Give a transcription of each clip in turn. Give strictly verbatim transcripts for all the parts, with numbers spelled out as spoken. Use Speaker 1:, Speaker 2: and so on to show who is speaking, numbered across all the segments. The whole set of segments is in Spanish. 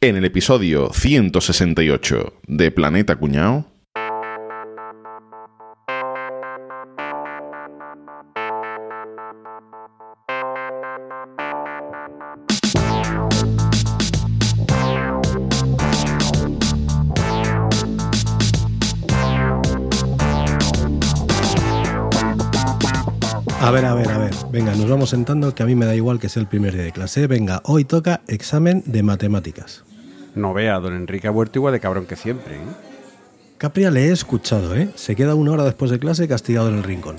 Speaker 1: En el episodio ciento sesenta y ocho de Planeta Cuñao.
Speaker 2: A ver, a ver, a ver. Venga, nos vamos sentando, que a mí me da igual que sea el primer día de clase. Venga, hoy toca examen de matemáticas.
Speaker 3: No vea, don Enrique ha vuelto igual de cabrón que siempre, ¿eh?
Speaker 2: Capria le he escuchado, ¿eh? Se queda una hora después de clase castigado en el rincón.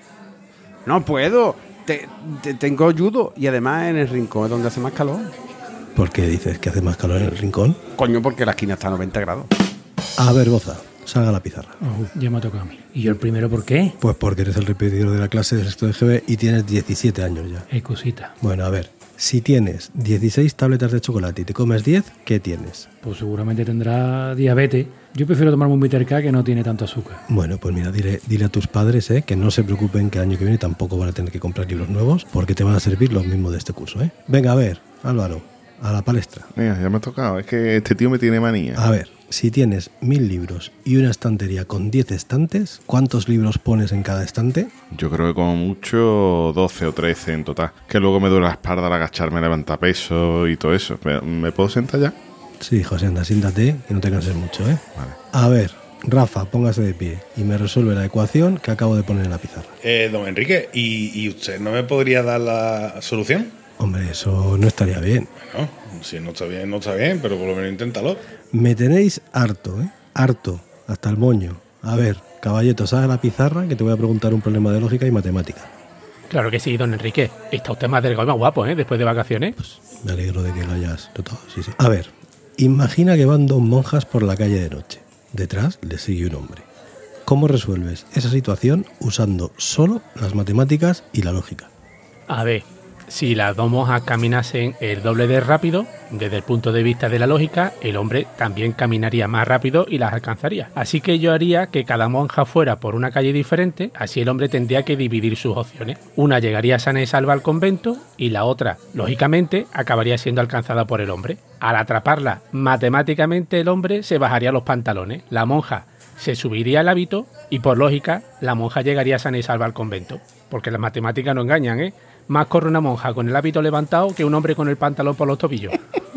Speaker 3: No puedo. Te, te, tengo judo y además en el rincón es donde hace más calor.
Speaker 2: ¿Por qué dices que hace más calor en el rincón?
Speaker 3: Coño, porque la esquina está a noventa grados.
Speaker 2: A ver, Boza, salga a la pizarra.
Speaker 4: Oh, ya me ha tocado a mí. ¿Y yo el primero por qué?
Speaker 2: Pues porque eres el repetidor de la clase de sexto de G B y tienes diecisiete años ya.
Speaker 4: Eh, cosita.
Speaker 2: Bueno, a ver. Si tienes dieciséis tabletas de chocolate y te comes diez, ¿qué tienes?
Speaker 4: Pues seguramente tendrá diabetes. Yo prefiero tomarme un Bitter K que no tiene tanto azúcar.
Speaker 2: Bueno, pues mira, dile, dile a tus padres ¿eh? que no se preocupen, que el año que viene tampoco van a tener que comprar libros nuevos porque te van a servir los mismos de este curso, ¿eh? Venga, a ver, Álvaro, a la palestra.
Speaker 1: Mira, ya me ha tocado. Es que este tío me tiene manía.
Speaker 2: A ver, si tienes mil libros y una estantería con diez estantes, ¿cuántos libros pones en cada estante?
Speaker 1: Yo creo que como mucho doce o trece en total. Que luego me duele la espalda al agacharme, levantar peso y todo eso. ¿Me puedo sentar ya?
Speaker 2: Sí, José, anda, siéntate, que no te canses mucho, ¿eh?
Speaker 1: Vale.
Speaker 2: A ver, Rafa, póngase de pie y me resuelve la ecuación que acabo de poner en la pizarra.
Speaker 5: Eh, don Enrique, ¿y, ¿y usted no me podría dar la solución?
Speaker 2: Hombre, eso no estaría bien.
Speaker 5: Bueno, si no está bien, no está bien, pero por lo menos inténtalo.
Speaker 2: Me tenéis harto, ¿eh? Harto, hasta el moño. A ver, caballeto, sal a la pizarra que te voy a preguntar un problema de lógica y matemática.
Speaker 6: Claro que sí, don Enrique. Está usted más delgado y más guapo, ¿eh? Después de vacaciones.
Speaker 2: Pues me alegro de que lo hayas notado, sí, sí. A ver, imagina que van dos monjas por la calle de noche. Detrás les sigue un hombre. ¿Cómo resuelves esa situación usando solo las matemáticas y la lógica?
Speaker 6: A ver, si las dos monjas caminasen el doble de rápido, desde el punto de vista de la lógica, el hombre también caminaría más rápido y las alcanzaría. Así que yo haría que cada monja fuera por una calle diferente, así el hombre tendría que dividir sus opciones. Una llegaría sana y salva al convento y la otra, lógicamente, acabaría siendo alcanzada por el hombre. Al atraparla, matemáticamente el hombre se bajaría los pantalones, la monja se subiría el hábito y por lógica la monja llegaría sana y salva al convento. Porque las matemáticas no engañan, ¿eh? Más corre una monja con el hábito levantado que un hombre con el pantalón por los tobillos.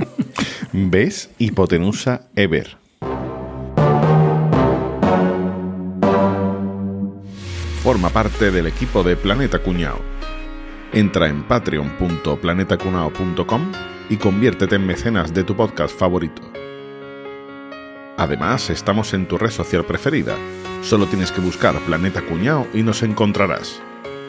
Speaker 1: ¿Ves? Hipotenusa Ever. Forma parte del equipo de Planeta Cuñao. Entra en patreon punto planeta cunao punto com y conviértete en mecenas de tu podcast favorito. Además, estamos en tu red social preferida. Solo tienes que buscar Planeta Cuñao y nos encontrarás.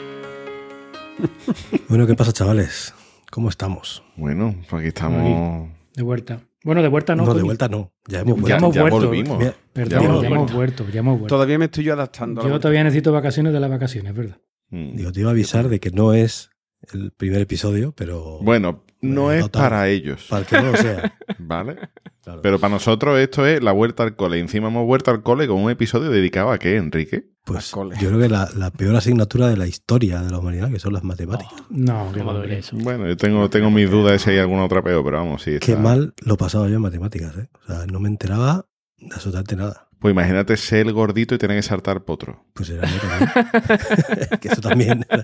Speaker 2: Bueno, ¿qué pasa, chavales? ¿Cómo estamos?
Speaker 1: Bueno, pues aquí estamos...
Speaker 4: De vuelta. Bueno, de vuelta no.
Speaker 2: No, de
Speaker 4: coño.
Speaker 2: vuelta no. Ya hemos
Speaker 4: Ya
Speaker 2: vuelto.
Speaker 4: hemos
Speaker 1: ya
Speaker 4: vuelto.
Speaker 1: volvimos.
Speaker 2: Mira,
Speaker 4: Perdón,
Speaker 1: Ya
Speaker 4: ya,
Speaker 1: hemos
Speaker 4: hemos vuelto, ya hemos vuelto.
Speaker 3: Todavía me estoy yo adaptando. a la
Speaker 4: Yo
Speaker 3: vuelta.
Speaker 4: todavía necesito vacaciones de las vacaciones, ¿verdad?
Speaker 1: Mm.
Speaker 2: Digo, te iba a avisar de que no es el primer episodio, pero...
Speaker 1: Bueno, no
Speaker 2: Bueno,
Speaker 1: es
Speaker 2: total.
Speaker 1: para ellos,
Speaker 2: Para el que no lo sea.
Speaker 1: ¿vale?
Speaker 2: Claro.
Speaker 1: Pero para nosotros esto es la vuelta al cole. Encima hemos vuelto al cole con un episodio dedicado a ¿qué, Enrique?
Speaker 2: Pues
Speaker 3: Cole.
Speaker 2: yo creo que la, la peor asignatura de la historia de la humanidad, que son las matemáticas.
Speaker 4: No, que
Speaker 6: ¿Cómo
Speaker 4: no
Speaker 6: duele eso?
Speaker 1: Bueno, yo tengo, tengo mis dudas de si hay alguna otra peor, pero vamos, sí.
Speaker 2: Qué
Speaker 1: está-
Speaker 2: mal lo pasaba yo en matemáticas, ¿eh? O sea, no me enteraba de absolutamente nada.
Speaker 1: Pues imagínate ser el gordito y tener que saltar potro.
Speaker 2: Pues era yo también. Que eso también. era-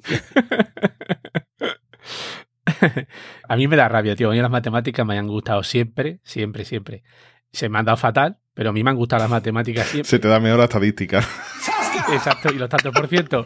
Speaker 6: A mí me da rabia, tío. A mí las matemáticas me han gustado siempre, siempre, siempre. Se me han dado fatal, pero a mí me han gustado las matemáticas siempre.
Speaker 1: Se te da mejor la estadística.
Speaker 6: Exacto, y los tantos por ciento.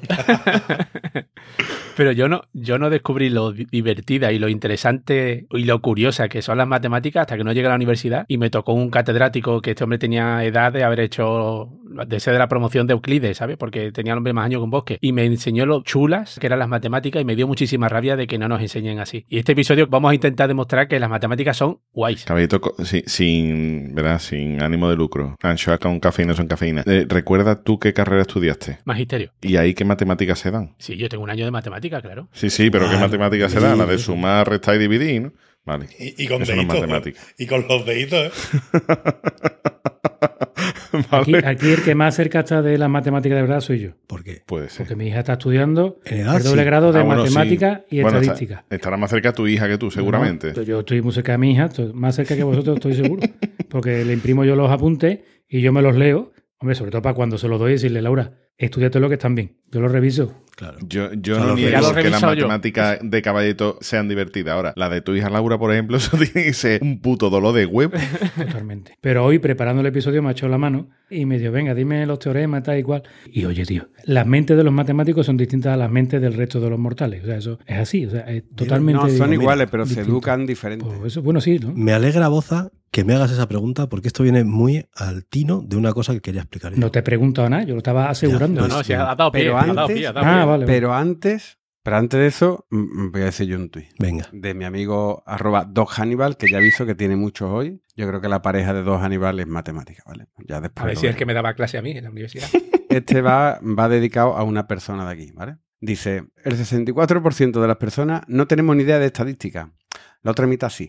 Speaker 6: Pero yo no, yo no descubrí lo di- divertida y lo interesante y lo curiosa que son las matemáticas hasta que no llegué a la universidad y me tocó un catedrático que este hombre tenía edad de haber hecho, de ser de la promoción de Euclides, ¿sabes? Porque tenía el hombre más años que un bosque. Y me enseñó lo chulas que eran las matemáticas y me dio muchísima rabia de que no nos enseñen así. Y este episodio vamos a intentar demostrar que las matemáticas son guays.
Speaker 1: Caballito, co- sí, sin, ¿verdad? Sin ánimo de lucro. Anchoa con cafeína o sin cafeína. Eh, ¿Recuerdas tú qué carrera estudiaste?
Speaker 6: Magisterio.
Speaker 1: ¿Y ahí qué matemáticas se dan?
Speaker 6: Sí, yo tengo un año de matemática, claro.
Speaker 1: Sí, sí, pero ¿qué
Speaker 2: Ah,
Speaker 1: matemáticas se
Speaker 2: sí,
Speaker 1: dan? La de
Speaker 2: sí.
Speaker 1: sumar, restar y dividir, ¿no? Vale.
Speaker 5: Y, y con
Speaker 1: Eso no es
Speaker 5: deditos.
Speaker 1: matemática.
Speaker 5: ¿eh? Y con los deditos, ¿eh?
Speaker 4: Aquí, aquí el que más cerca está de las matemáticas de verdad soy yo.
Speaker 2: ¿Por qué?
Speaker 1: Puede ser.
Speaker 4: Porque mi hija está estudiando
Speaker 2: En edad,
Speaker 4: el doble
Speaker 2: sí.
Speaker 4: grado de
Speaker 1: Ah, bueno,
Speaker 4: matemáticas
Speaker 1: sí.
Speaker 4: y
Speaker 1: Bueno, está-
Speaker 4: estadística.
Speaker 1: estará más cerca tu hija que tú, seguramente.
Speaker 4: No, yo estoy muy cerca de mi hija, estoy más cerca que vosotros, estoy seguro. Porque le imprimo yo los apuntes y yo me los leo. Hombre, sobre todo para cuando se los doy y decirle, Laura, estudiate lo que están bien. Yo los reviso.
Speaker 2: Claro.
Speaker 1: Yo, yo
Speaker 2: O sea,
Speaker 1: no
Speaker 2: lo
Speaker 1: niego
Speaker 2: que- Ya lo
Speaker 6: he
Speaker 1: que las
Speaker 6: revisado yo.
Speaker 1: matemáticas de caballito sean divertidas. Ahora, la de tu hija Laura, por ejemplo, eso tiene que ser un puto dolor de huevo.
Speaker 4: Totalmente. Pero hoy, preparando el episodio, me ha echado la mano y me dijo, venga, dime los teoremas, tal y cual. Y oye, tío, las mentes de los matemáticos son distintas a las mentes del resto de los mortales. O sea, eso es así. O sea, es totalmente
Speaker 3: No, son
Speaker 4: mira,
Speaker 3: iguales, pero se
Speaker 4: distinto.
Speaker 3: educan diferentes.
Speaker 4: Pues eso, bueno, sí, ¿no?
Speaker 2: Me alegra, Boza, que me hagas esa pregunta porque esto viene muy al tino de una cosa que quería explicar yo.
Speaker 4: No te he preguntado nada, yo lo estaba asegurando.
Speaker 6: No, no, si ha dado pie,
Speaker 3: Pero
Speaker 6: ha dado
Speaker 3: antes-
Speaker 6: pie, ha dado
Speaker 4: Ah,
Speaker 6: pie.
Speaker 4: vale.
Speaker 3: Pero antes, pero antes de eso, mm, voy a decir yo un tuit
Speaker 2: Venga.
Speaker 3: de mi amigo arroba Doc Hannibal, que ya aviso que tiene muchos hoy. Yo creo que la pareja de Doc Hannibal es matemática, ¿vale? Ya después
Speaker 6: A ver
Speaker 3: lo
Speaker 6: si es el
Speaker 3: veré.
Speaker 6: que me daba clase a mí en la universidad.
Speaker 3: Este va, va dedicado a una persona de aquí, ¿vale? Dice, el sesenta y cuatro por ciento de las personas no tenemos ni idea de estadística. La otra mitad sí.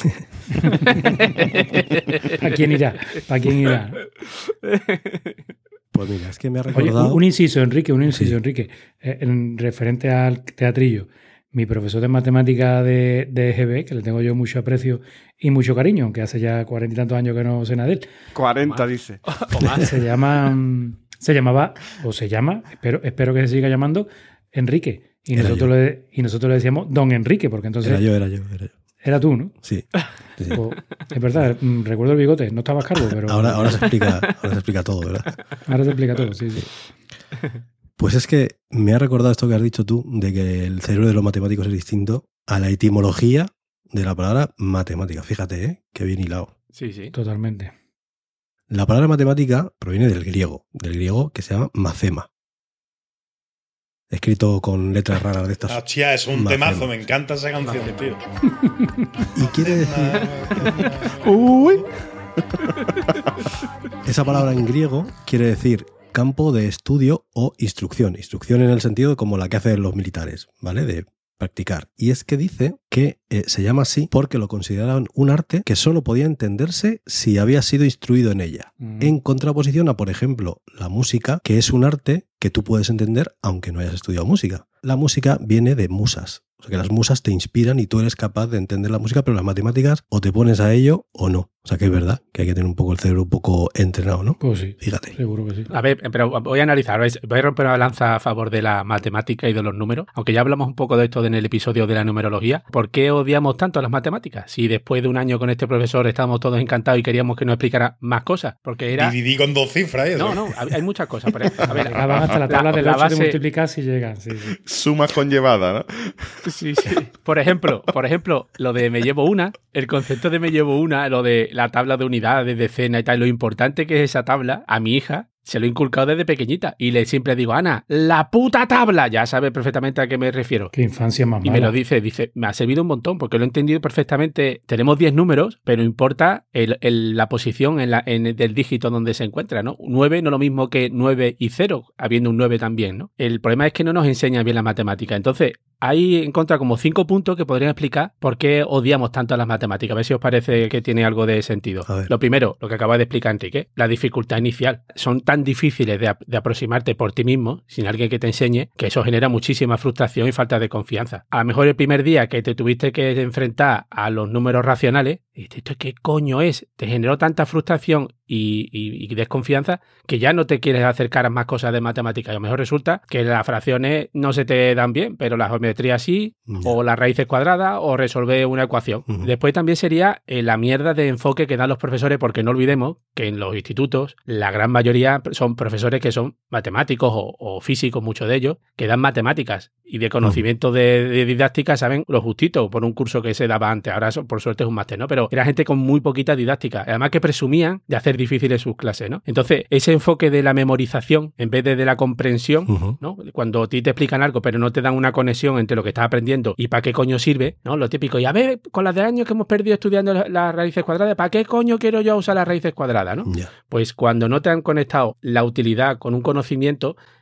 Speaker 4: ¿Para quién irá? ¿Para quién irá?
Speaker 2: Pues mira, es que me ha
Speaker 4: Oye,
Speaker 2: recordado...
Speaker 4: un, un inciso, Enrique, un inciso,
Speaker 2: Sí.
Speaker 4: Enrique. Eh, en referente al teatrillo, mi profesor de matemática de, de E G B, que le tengo yo mucho aprecio y mucho cariño, aunque hace ya cuarenta y tantos años que no sé nada de él,
Speaker 3: cuarenta dice.
Speaker 6: O más.
Speaker 4: se llama, mm, se llamaba, o se llama, espero, espero que se siga llamando, Enrique. Y
Speaker 2: Era
Speaker 4: nosotros,
Speaker 2: yo.
Speaker 4: le, y nosotros le decíamos Don Enrique, porque entonces
Speaker 2: Era yo, era yo, era yo.
Speaker 4: era tú, ¿no?
Speaker 2: Sí. sí, sí.
Speaker 4: Pues, es verdad, mm, recuerdo el bigote, no estabas calvo, pero
Speaker 2: Ahora, ahora, se explica, ahora se explica todo, ¿verdad?
Speaker 4: ahora se explica todo, sí, sí.
Speaker 2: Pues es que me ha recordado esto que has dicho tú, de que el cerebro de los matemáticos es distinto a la etimología de la palabra matemática. Fíjate, ¿eh? Qué bien hilado.
Speaker 6: Sí, sí.
Speaker 4: Totalmente.
Speaker 2: La palabra matemática proviene del griego, del griego que se llama macema. Escrito con letras raras de estas.
Speaker 5: Hostia, es un
Speaker 2: Macema.
Speaker 5: temazo, me encanta esa canción, tío.
Speaker 2: Y quiere decir...
Speaker 3: Uy.
Speaker 2: Esa palabra en griego quiere decir campo de estudio o instrucción. Instrucción en el sentido como la que hacen los militares, ¿vale? De practicar. Y es que dice que eh, se llama así porque lo consideraban un arte que solo podía entenderse si había sido instruido en ella.
Speaker 4: Mm.
Speaker 2: En contraposición a, por ejemplo, la música, que es un arte que tú puedes entender aunque no hayas estudiado música. La música viene de musas. O sea, que las musas te inspiran y tú eres capaz de entender la música, pero las matemáticas o te pones a ello o no. O sea, que es verdad que hay que tener un poco el cerebro un poco entrenado, ¿no?
Speaker 4: Pues sí,
Speaker 2: Fíjate.
Speaker 4: seguro que sí.
Speaker 6: A ver, pero voy a analizar, ¿ves? Voy a romper una lanza a favor de la matemática y de los números, aunque ya hablamos un poco de esto en el episodio de la numerología. ¿Por qué odiamos tanto a las matemáticas? Si después de un año con este profesor estábamos todos encantados y queríamos que nos explicara más cosas, porque era...
Speaker 5: Dividí con dos cifras, ¿eh?
Speaker 6: No, no, hay muchas cosas. Por ejemplo, a ver,
Speaker 4: Llegaban hasta la tabla del
Speaker 6: la
Speaker 4: ocho de
Speaker 6: base-
Speaker 4: multiplicar si llegan. Sí, sí.
Speaker 1: Sumas conllevadas, ¿no?
Speaker 6: Sí, sí. Por ejemplo, por ejemplo, lo de me llevo una, el concepto de me llevo una, lo de la tabla de unidades, de decena y tal, lo importante que es esa tabla, a mi hija se lo he inculcado desde pequeñita y le siempre digo, Ana, la puta tabla, ya sabe perfectamente a qué me refiero.
Speaker 4: Qué infancia más
Speaker 6: Y
Speaker 4: mala.
Speaker 6: me lo dice, dice, me ha servido un montón porque lo he entendido perfectamente. Tenemos diez números, pero importa el, el- la posición en la, en, del dígito donde se encuentra, ¿no? nueve no es lo mismo que nueve y cero, habiendo un nueve también, ¿no? El problema es que no nos enseña bien la matemática. Entonces, hay en contra como cinco puntos que podrían explicar por qué odiamos tanto a las matemáticas. A ver si os parece que tiene algo de sentido.
Speaker 2: A ver.
Speaker 6: Lo primero, lo que acaba de explicar Enrique, la dificultad inicial. Son tan difíciles de, ap- de aproximarte por ti mismo, sin alguien que te enseñe, que eso genera muchísima frustración y falta de confianza. A lo mejor el primer día que te tuviste que enfrentar a los números racionales, y dices, ¿esto qué coño es? Te generó tanta frustración y, y- y desconfianza que ya no te quieres acercar a más cosas de matemáticas. A lo mejor resulta que las fracciones no se te dan bien, pero la geometría sí,
Speaker 2: Ya.
Speaker 6: o las raíces cuadradas, o resolver una ecuación.
Speaker 2: Ujú.
Speaker 6: Después también sería eh, la mierda de enfoque que dan los profesores, porque no olvidemos que en los institutos la gran mayoría son profesores que son matemáticos o, o físicos, muchos de ellos, que dan matemáticas y de conocimiento de, de didáctica saben lo justito por un curso que se daba antes. Ahora eso, por suerte es un máster, ¿no? Pero era gente con muy poquita didáctica. Además que presumían de hacer difíciles sus clases, ¿no? Entonces, ese enfoque de la memorización en vez de de la comprensión,
Speaker 2: Ujú.
Speaker 6: ¿no? Cuando a ti te explican algo, pero no te dan una conexión entre lo que estás aprendiendo y para qué coño sirve, ¿no? Lo típico. Y a ver, con las de años que hemos perdido estudiando la- las raíces cuadradas, ¿para qué coño quiero yo usar las raíces cuadradas, no?
Speaker 2: Ya.
Speaker 6: Pues cuando no te han conectado la utilidad con un conocimiento,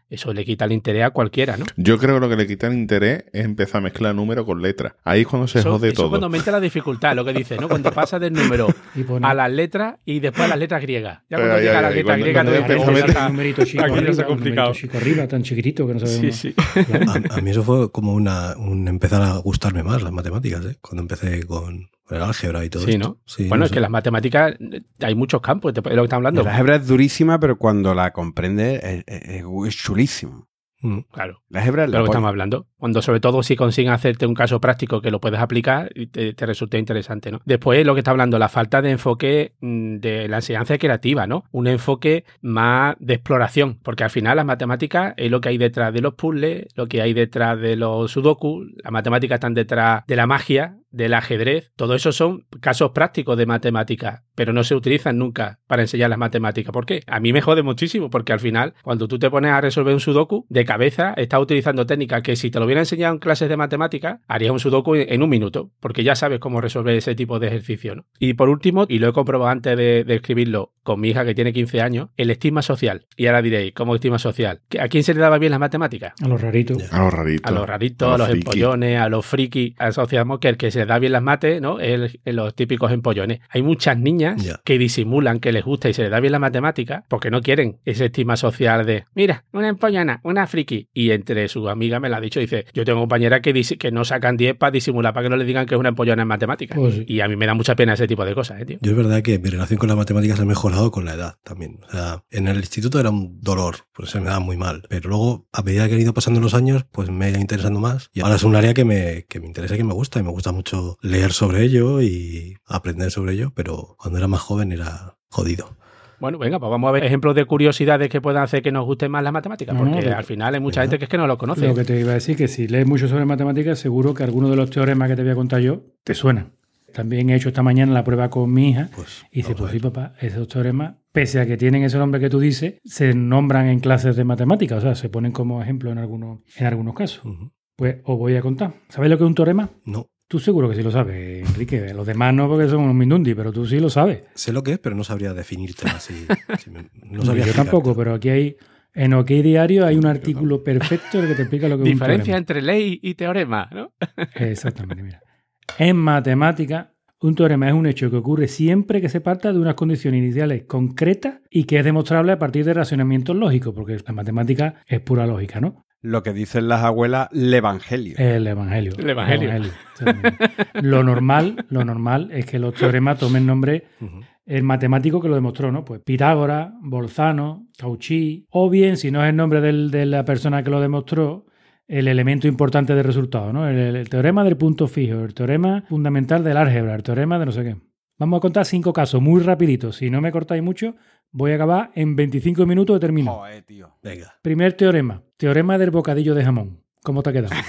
Speaker 6: eso le quita el interés a cualquiera, ¿no?
Speaker 1: Yo creo que lo que le quita el interés es empezar a mezclar números con letras. Ahí es cuando se
Speaker 6: eso,
Speaker 1: jode
Speaker 6: eso
Speaker 1: todo.
Speaker 6: Cuando aumenta la dificultad, lo que dice, ¿no? Cuando pasa del número
Speaker 4: Y pone-
Speaker 6: a las letras y después a las letras griegas. Ya cuando
Speaker 1: Ay,
Speaker 6: llega
Speaker 1: ay,
Speaker 6: a las
Speaker 1: ay,
Speaker 6: letras
Speaker 1: cuando-
Speaker 6: griegas,
Speaker 1: cuando
Speaker 6: tú
Speaker 1: empieza
Speaker 6: dices,
Speaker 1: a
Speaker 6: "Oh,
Speaker 1: meter-
Speaker 6: ya está".
Speaker 4: un numerito chico
Speaker 6: Aquí ya
Speaker 4: arriba,
Speaker 6: se ha
Speaker 4: un numerito
Speaker 6: complicado.
Speaker 4: chico arriba, tan chiquitito que no sabemos.
Speaker 6: Sí, sí.
Speaker 2: A, a mí eso fue como una, un empezar a gustarme más las matemáticas, ¿eh? Cuando empecé con el álgebra y todo
Speaker 6: Sí,
Speaker 2: esto.
Speaker 6: ¿no?
Speaker 2: Sí,
Speaker 6: bueno,
Speaker 2: no
Speaker 6: es
Speaker 2: sé.
Speaker 6: que las matemáticas, eh, hay muchos campos, te- es lo que estamos hablando.
Speaker 3: El álgebra es durísima, pero cuando la comprendes es, es- es chulísimo.
Speaker 2: Mm.
Speaker 6: Claro.
Speaker 3: La álgebra es
Speaker 6: De
Speaker 3: la
Speaker 6: lo que
Speaker 3: polla.
Speaker 6: estamos hablando. Cuando sobre todo si consiguen hacerte un caso práctico que lo puedes aplicar y te, te resulta interesante, ¿no? Después lo que está hablando, la falta de enfoque mm, de la enseñanza creativa, ¿no? Un enfoque más de exploración, porque al final las matemáticas es lo que hay detrás de los puzzles, lo que hay detrás de los sudoku, las matemáticas están detrás de la magia, del ajedrez, todo eso son casos prácticos de matemáticas, pero no se utilizan nunca para enseñar las matemáticas. ¿Por qué? A mí me jode muchísimo, porque al final, cuando tú te pones a resolver un sudoku, de cabeza estás utilizando técnicas que si te lo hubiera enseñado en clases de matemáticas, harías un sudoku en un minuto, porque ya sabes cómo resolver ese tipo de ejercicio, ¿no? Y por último, y lo he comprobado antes de, de escribirlo con mi hija que tiene quince años, el estigma social. Y ahora diréis, ¿cómo estigma social? ¿A quién se le daba bien las matemáticas?
Speaker 4: A los raritos.
Speaker 2: Ya.
Speaker 1: A los raritos.
Speaker 6: A los raritos, a los,
Speaker 1: frikis.
Speaker 6: empollones, a los frikis. Asociamos que el que se le da bien las mates, ¿no? Es el- el- los típicos empollones. Hay muchas niñas
Speaker 2: Ya.
Speaker 6: que disimulan que les gusta y se les da bien la matemática porque no quieren ese estigma social de, mira, una empollona, una friki. Y entre sus amigas me lo ha dicho, dice, yo tengo compañeras que, disi- que no sacan diez para disimular, para que no le digan que es una empollona en matemáticas.
Speaker 4: Pues sí.
Speaker 6: Y a mí me da mucha pena ese tipo de cosas, ¿eh, tío?
Speaker 2: Yo es verdad que mi relación con las matemáticas ha mejorado con la edad también. O sea, en el instituto era un dolor, pues se me daba muy mal. Pero luego, a medida que han ido pasando los años, pues me ha ido interesando más. Y ahora es un área que me, que me interesa y que me gusta. Y me gusta mucho leer sobre ello y aprender sobre ello. Pero cuando era más joven era jodido.
Speaker 6: Bueno, venga, pues vamos a ver ejemplos de curiosidades que puedan hacer que nos gusten más las matemáticas,
Speaker 4: No, no,
Speaker 6: porque
Speaker 4: lo-
Speaker 6: al final hay mucha
Speaker 2: venga.
Speaker 6: gente que es que no lo conoce.
Speaker 4: Lo que te iba a decir, que si lees mucho sobre matemáticas, seguro que algunos de los teoremas que te voy a contar yo te suenan. También he hecho esta mañana la prueba con mi hija
Speaker 2: Pues,
Speaker 4: y dice,
Speaker 2: vamos a
Speaker 4: pues sí,
Speaker 2: ver.
Speaker 4: papá, esos teoremas, pese a que tienen ese nombre que tú dices, se nombran en clases de matemáticas, o sea, se ponen como ejemplo en algunos, en algunos casos.
Speaker 2: Ujú.
Speaker 4: Pues os voy a contar. ¿Sabéis lo que es un teorema?
Speaker 2: No.
Speaker 4: Tú seguro que sí lo sabes, Enrique. Los demás no, porque son unos mindundi, pero tú sí lo sabes.
Speaker 2: Sé lo que es, pero no sabría definirte así. si me- no
Speaker 4: Yo
Speaker 2: sabría
Speaker 4: tampoco,
Speaker 2: explicártelo.
Speaker 4: pero aquí hay... En OK Diario hay un artículo perfecto en el que te explica lo que es un
Speaker 6: Diferencia
Speaker 4: teorema.
Speaker 6: entre ley y teorema, ¿no?
Speaker 4: Exactamente, mira. En matemática, un teorema es un hecho que ocurre siempre que se parta de unas condiciones iniciales concretas y que es demostrable a partir de razonamientos lógicos, porque la matemática es pura lógica, ¿no?
Speaker 3: Lo que dicen las abuelas, el evangelio.
Speaker 4: El evangelio.
Speaker 6: El evangelio.
Speaker 4: Exactamente. Lo normal, lo normal es que los teoremas tomen nombre
Speaker 2: Ujú.
Speaker 4: el matemático que lo demostró, ¿no? Pues Pitágoras, Bolzano, Cauchy, o bien, si no es el nombre del- de la persona que lo demostró, el elemento importante del resultado, ¿no? El, el teorema del punto fijo, el teorema fundamental del álgebra, el teorema de no sé qué. Vamos a contar cinco casos muy rapiditos. Si no me cortáis mucho, voy a acabar en veinticinco minutos y termino.
Speaker 3: Joder, tío.
Speaker 2: Venga.
Speaker 4: Primer teorema, teorema del bocadillo de jamón. ¿Cómo te ha quedado?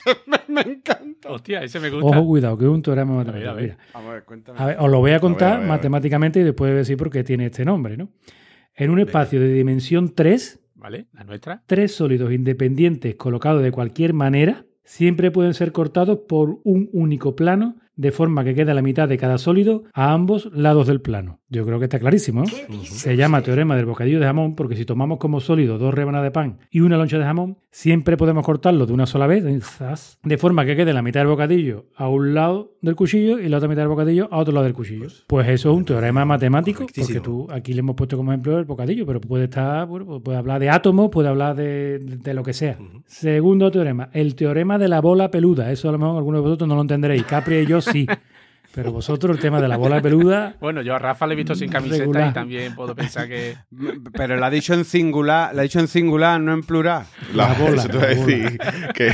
Speaker 6: Me encanta. Hostia, ese me gusta.
Speaker 4: Ojo, cuidado, que es un teorema
Speaker 6: A ver,
Speaker 4: matemático.
Speaker 6: a ver.
Speaker 4: Mira.
Speaker 3: Vamos a ver, cuéntame.
Speaker 4: A ver, os lo voy a contar
Speaker 1: A ver, a ver, a ver.
Speaker 4: matemáticamente y después decir por qué tiene este nombre, ¿no? En un espacio de dimensión tres,
Speaker 6: ¿Vale? La nuestra.
Speaker 4: tres sólidos independientes colocados de cualquier manera siempre pueden ser cortados por un único plano, de forma que queda la mitad de cada sólido a ambos lados del plano. Yo creo que está clarísimo, ¿no? Se llama teorema del bocadillo de jamón porque si tomamos como sólido dos rebanadas de pan y una loncha de jamón, siempre podemos cortarlo de una sola vez, zas, de forma que quede la mitad del bocadillo a un lado del cuchillo y la otra mitad del bocadillo a otro lado del cuchillo. Pues eso es un teorema matemático, porque
Speaker 2: Correctísimo.
Speaker 4: tú aquí le hemos puesto como ejemplo el bocadillo, pero puede estar, bueno, puede hablar de átomos, puede hablar de, de- de lo que sea.
Speaker 2: Ujú.
Speaker 4: Segundo teorema, el teorema de la bola peluda. Eso a lo mejor algunos de vosotros no lo entenderéis. Capri y yo sí. Pero vosotros el tema de la bola peluda...
Speaker 6: Bueno, yo a Rafa le he visto sin camiseta
Speaker 4: Regular.
Speaker 6: y también puedo pensar que...
Speaker 3: Pero la ha dicho en singular, la ha dicho en singular, no en plural.
Speaker 1: La,
Speaker 4: La bola,
Speaker 1: eso te iba a
Speaker 4: la bola.
Speaker 1: decir que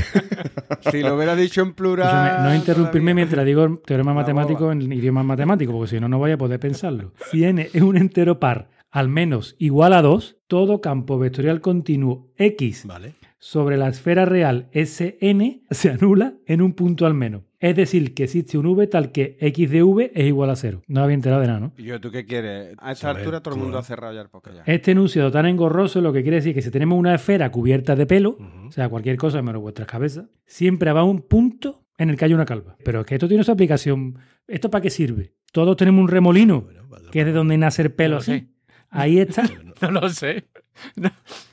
Speaker 3: Si lo hubiera dicho en plural.
Speaker 4: Escúchame, no interrumpirme
Speaker 3: todavía.
Speaker 4: mientras digo el teorema
Speaker 3: La
Speaker 4: matemático
Speaker 3: bola.
Speaker 4: en idiomas matemáticos, porque si no, no voy a poder pensarlo. Si n es un entero par al menos igual a dos, todo campo vectorial continuo X
Speaker 2: Vale.
Speaker 4: sobre la esfera real S n se anula en un punto al menos. Es decir, que existe un V tal que X de V es igual a cero. No había enterado de nada, ¿no?
Speaker 3: ¿Y yo, tú qué quieres? A esta
Speaker 2: A ver,
Speaker 3: altura todo el
Speaker 2: ¿cómo
Speaker 3: mundo
Speaker 2: va?
Speaker 3: ha cerrado ya el podcast. Ya.
Speaker 4: Este enunciado tan engorroso lo que quiere decir que si tenemos una esfera cubierta de pelo,
Speaker 2: Ujú.
Speaker 4: o sea, cualquier cosa menos vuestras cabezas, siempre habrá un punto en el que hay una calva. Pero es que esto tiene su aplicación. ¿Esto para qué sirve? Todos tenemos un remolino,
Speaker 2: Bueno, vale,
Speaker 4: que es de donde nace el pelo
Speaker 6: No lo
Speaker 4: así.
Speaker 6: sé.
Speaker 4: Ahí está.
Speaker 2: Pero no-
Speaker 6: No lo sé. No.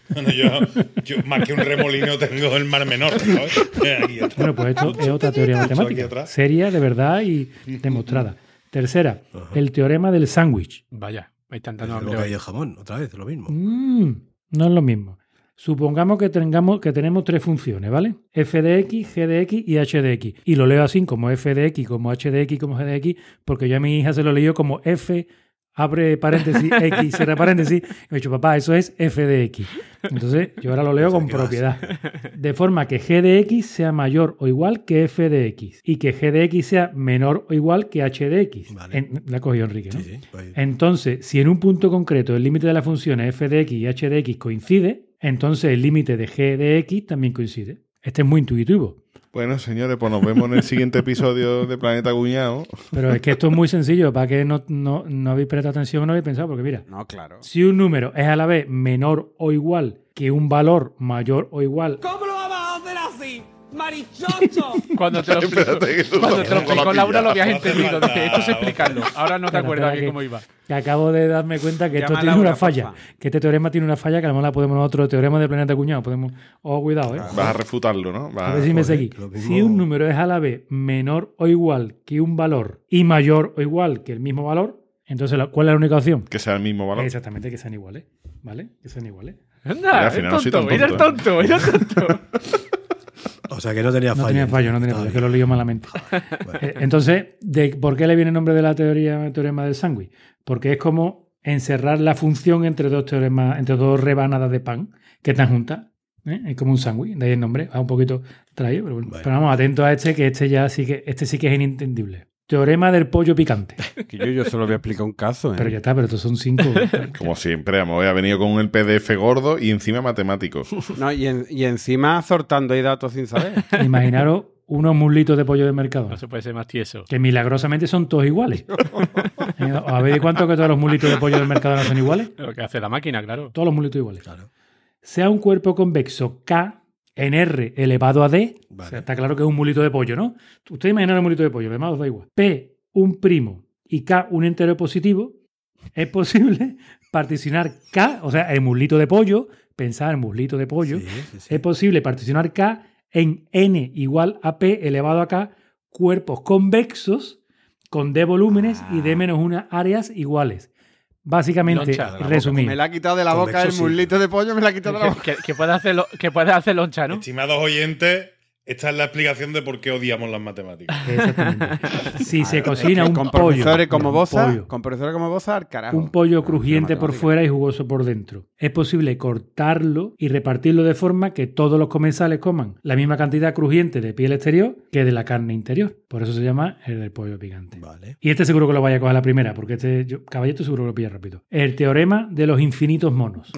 Speaker 5: Bueno, yo, yo más que un remolino tengo el Mar Menor, ¿sabes? Aquí atrás.
Speaker 4: Bueno, pues esto es otra teoría
Speaker 5: Aquí
Speaker 4: matemática,
Speaker 5: atrás.
Speaker 4: seria, de verdad y demostrada. Tercera, el teorema del sándwich.
Speaker 6: Vaya, me están
Speaker 2: Pero
Speaker 6: dando
Speaker 2: luego
Speaker 6: hambre
Speaker 2: hay
Speaker 6: hoy.
Speaker 2: el jamón, otra vez, lo mismo.
Speaker 4: Mm, no es lo mismo. Supongamos que tengamos que tenemos tres funciones, ¿vale? F de x, g de x y h de x. Y lo leo así como f de x, como h de x, como g de x, porque yo a mi hija se lo leí como f, abre paréntesis, x, cierra paréntesis. Y me he dicho, papá, eso es f de x. Entonces yo ahora lo leo con propiedad. De forma que g de x sea mayor o igual que f de x. Y que g de x sea menor o igual que h de x.
Speaker 2: Vale.
Speaker 4: En- la ha cogido Enrique, ¿no?
Speaker 2: Sí, sí. Pues,
Speaker 4: Entonces, si en un punto concreto el límite de las funciones f de x y h de x coincide, entonces el límite de g de x también coincide. Este es muy intuitivo.
Speaker 1: Bueno, señores, pues nos vemos en el siguiente episodio de Planeta Cuñado.
Speaker 4: Pero es que esto es muy sencillo. Para que no, no, no habéis prestado atención o no habéis pensado, porque mira,
Speaker 3: No, claro.
Speaker 4: si un número es a la vez menor o igual que un valor mayor o igual,
Speaker 7: ¿Cómo lo vamos a hacer así? ¡Marichocho!
Speaker 6: Cuando te lo explicó,
Speaker 1: Espérate, que tú
Speaker 6: cuando te lo
Speaker 1: tampoco
Speaker 6: explicó
Speaker 1: lo has
Speaker 6: Laura lo habías
Speaker 5: pillado. No hace
Speaker 6: entendido.
Speaker 5: falta.
Speaker 6: Dije, esto es explicarlo. Ahora no te
Speaker 4: Espera,
Speaker 6: acuerdas
Speaker 4: espera,
Speaker 6: de
Speaker 4: que-
Speaker 6: cómo iba.
Speaker 4: que acabo de darme cuenta que esto
Speaker 3: Llama a
Speaker 4: tiene
Speaker 3: Laura,
Speaker 4: una falla.
Speaker 3: porfa.
Speaker 4: Que este teorema tiene una falla que a lo mejor la podemos nosotros, teorema de planeta cuñado. Podemos. Ojo, cuidado, ¿eh?
Speaker 1: Vas a refutarlo, ¿no? Vas
Speaker 4: A ver si me
Speaker 2: joder,
Speaker 4: seguís.
Speaker 2: lo mismo-
Speaker 4: Si un número es a la vez menor o igual que un valor y mayor o igual que el mismo valor, entonces la- ¿cuál es la única opción?
Speaker 1: Que sea el mismo valor.
Speaker 4: Exactamente, que sean iguales. ¿Vale? Que sean iguales.
Speaker 6: Anda,
Speaker 1: al
Speaker 6: el
Speaker 1: final no soy
Speaker 6: tonto,
Speaker 1: tan
Speaker 6: mira el
Speaker 1: tonto,
Speaker 6: tonto, mira el tonto.
Speaker 2: o sea que no tenía
Speaker 4: No
Speaker 2: fallo.
Speaker 4: tenía fallo, no tenía fallo, es que lo lío malamente. Eh, Entonces, ¿de ¿por qué le viene el nombre de la teoría, el teorema del sándwich? Porque es como encerrar la función entre dos teoremas, entre dos rebanadas de pan que están juntas. ¿eh? Es como un sándwich, de ahí el nombre, va un poquito traído, pero bueno.
Speaker 2: Vale.
Speaker 4: Pero vamos, atentos a este, que este ya sí que, este sí que es inintendible. Teorema del pollo picante.
Speaker 3: Que yo, yo solo voy a explicar un caso. ¿eh?
Speaker 4: Pero ya está, pero estos son cinco.
Speaker 1: Como siempre, vamos, ha venido con el P D F gordo y encima matemático.
Speaker 3: No, y, en- y encima soltando ahí datos sin saber.
Speaker 4: Imaginaros unos muslitos de pollo de mercado.
Speaker 6: No se puede ser más tieso.
Speaker 4: Que milagrosamente son todos iguales. Eh, ¿Os habéis de cuánto que todos los muslitos de pollo del mercado no son iguales?
Speaker 6: Lo que hace la máquina, claro.
Speaker 4: Todos los muslitos iguales.
Speaker 2: Claro.
Speaker 4: Sea un cuerpo convexo K en R elevado a D,
Speaker 2: Vale.
Speaker 4: o sea, está claro que es un mulito de pollo, ¿no? Ustedes imaginan un mulito de pollo, lo demás os da igual. P, un primo, y K, un entero positivo, es posible particionar K, o sea, el mulito de pollo, pensar en mulito de pollo,
Speaker 2: Sí, sí, sí.
Speaker 4: es posible particionar K en N igual a P elevado a K, cuerpos convexos con D volúmenes y D menos una áreas iguales. Básicamente,
Speaker 6: Loncha de la boca.
Speaker 4: resumir.
Speaker 3: Me la ha quitado de la boca
Speaker 2: Convexo,
Speaker 3: el
Speaker 2: sí.
Speaker 3: muslito de pollo, me la ha quitado de la boca.
Speaker 6: Que, que puedes hacer, lo- que puedes hacer loncha, ¿no?
Speaker 5: Estimados oyentes, esta es la explicación de por qué odiamos las matemáticas.
Speaker 4: Exactamente. Si se cocina
Speaker 3: Es que
Speaker 4: un
Speaker 3: con
Speaker 4: pollo,
Speaker 3: profesores como
Speaker 4: mira, un
Speaker 3: Boza,
Speaker 4: pollo,
Speaker 3: con profesores como Boza, al carajo.
Speaker 4: un pollo crujiente
Speaker 3: La
Speaker 4: por
Speaker 3: matemática.
Speaker 4: fuera y jugoso por dentro, es posible cortarlo y repartirlo de forma que todos los comensales coman la misma cantidad crujiente de piel exterior que de la carne interior. Por eso se llama el del pollo picante.
Speaker 2: Vale.
Speaker 4: Y este seguro que lo vaya a coger a la primera, porque este yo, caballito seguro que lo pilla rápido. El teorema de los infinitos monos.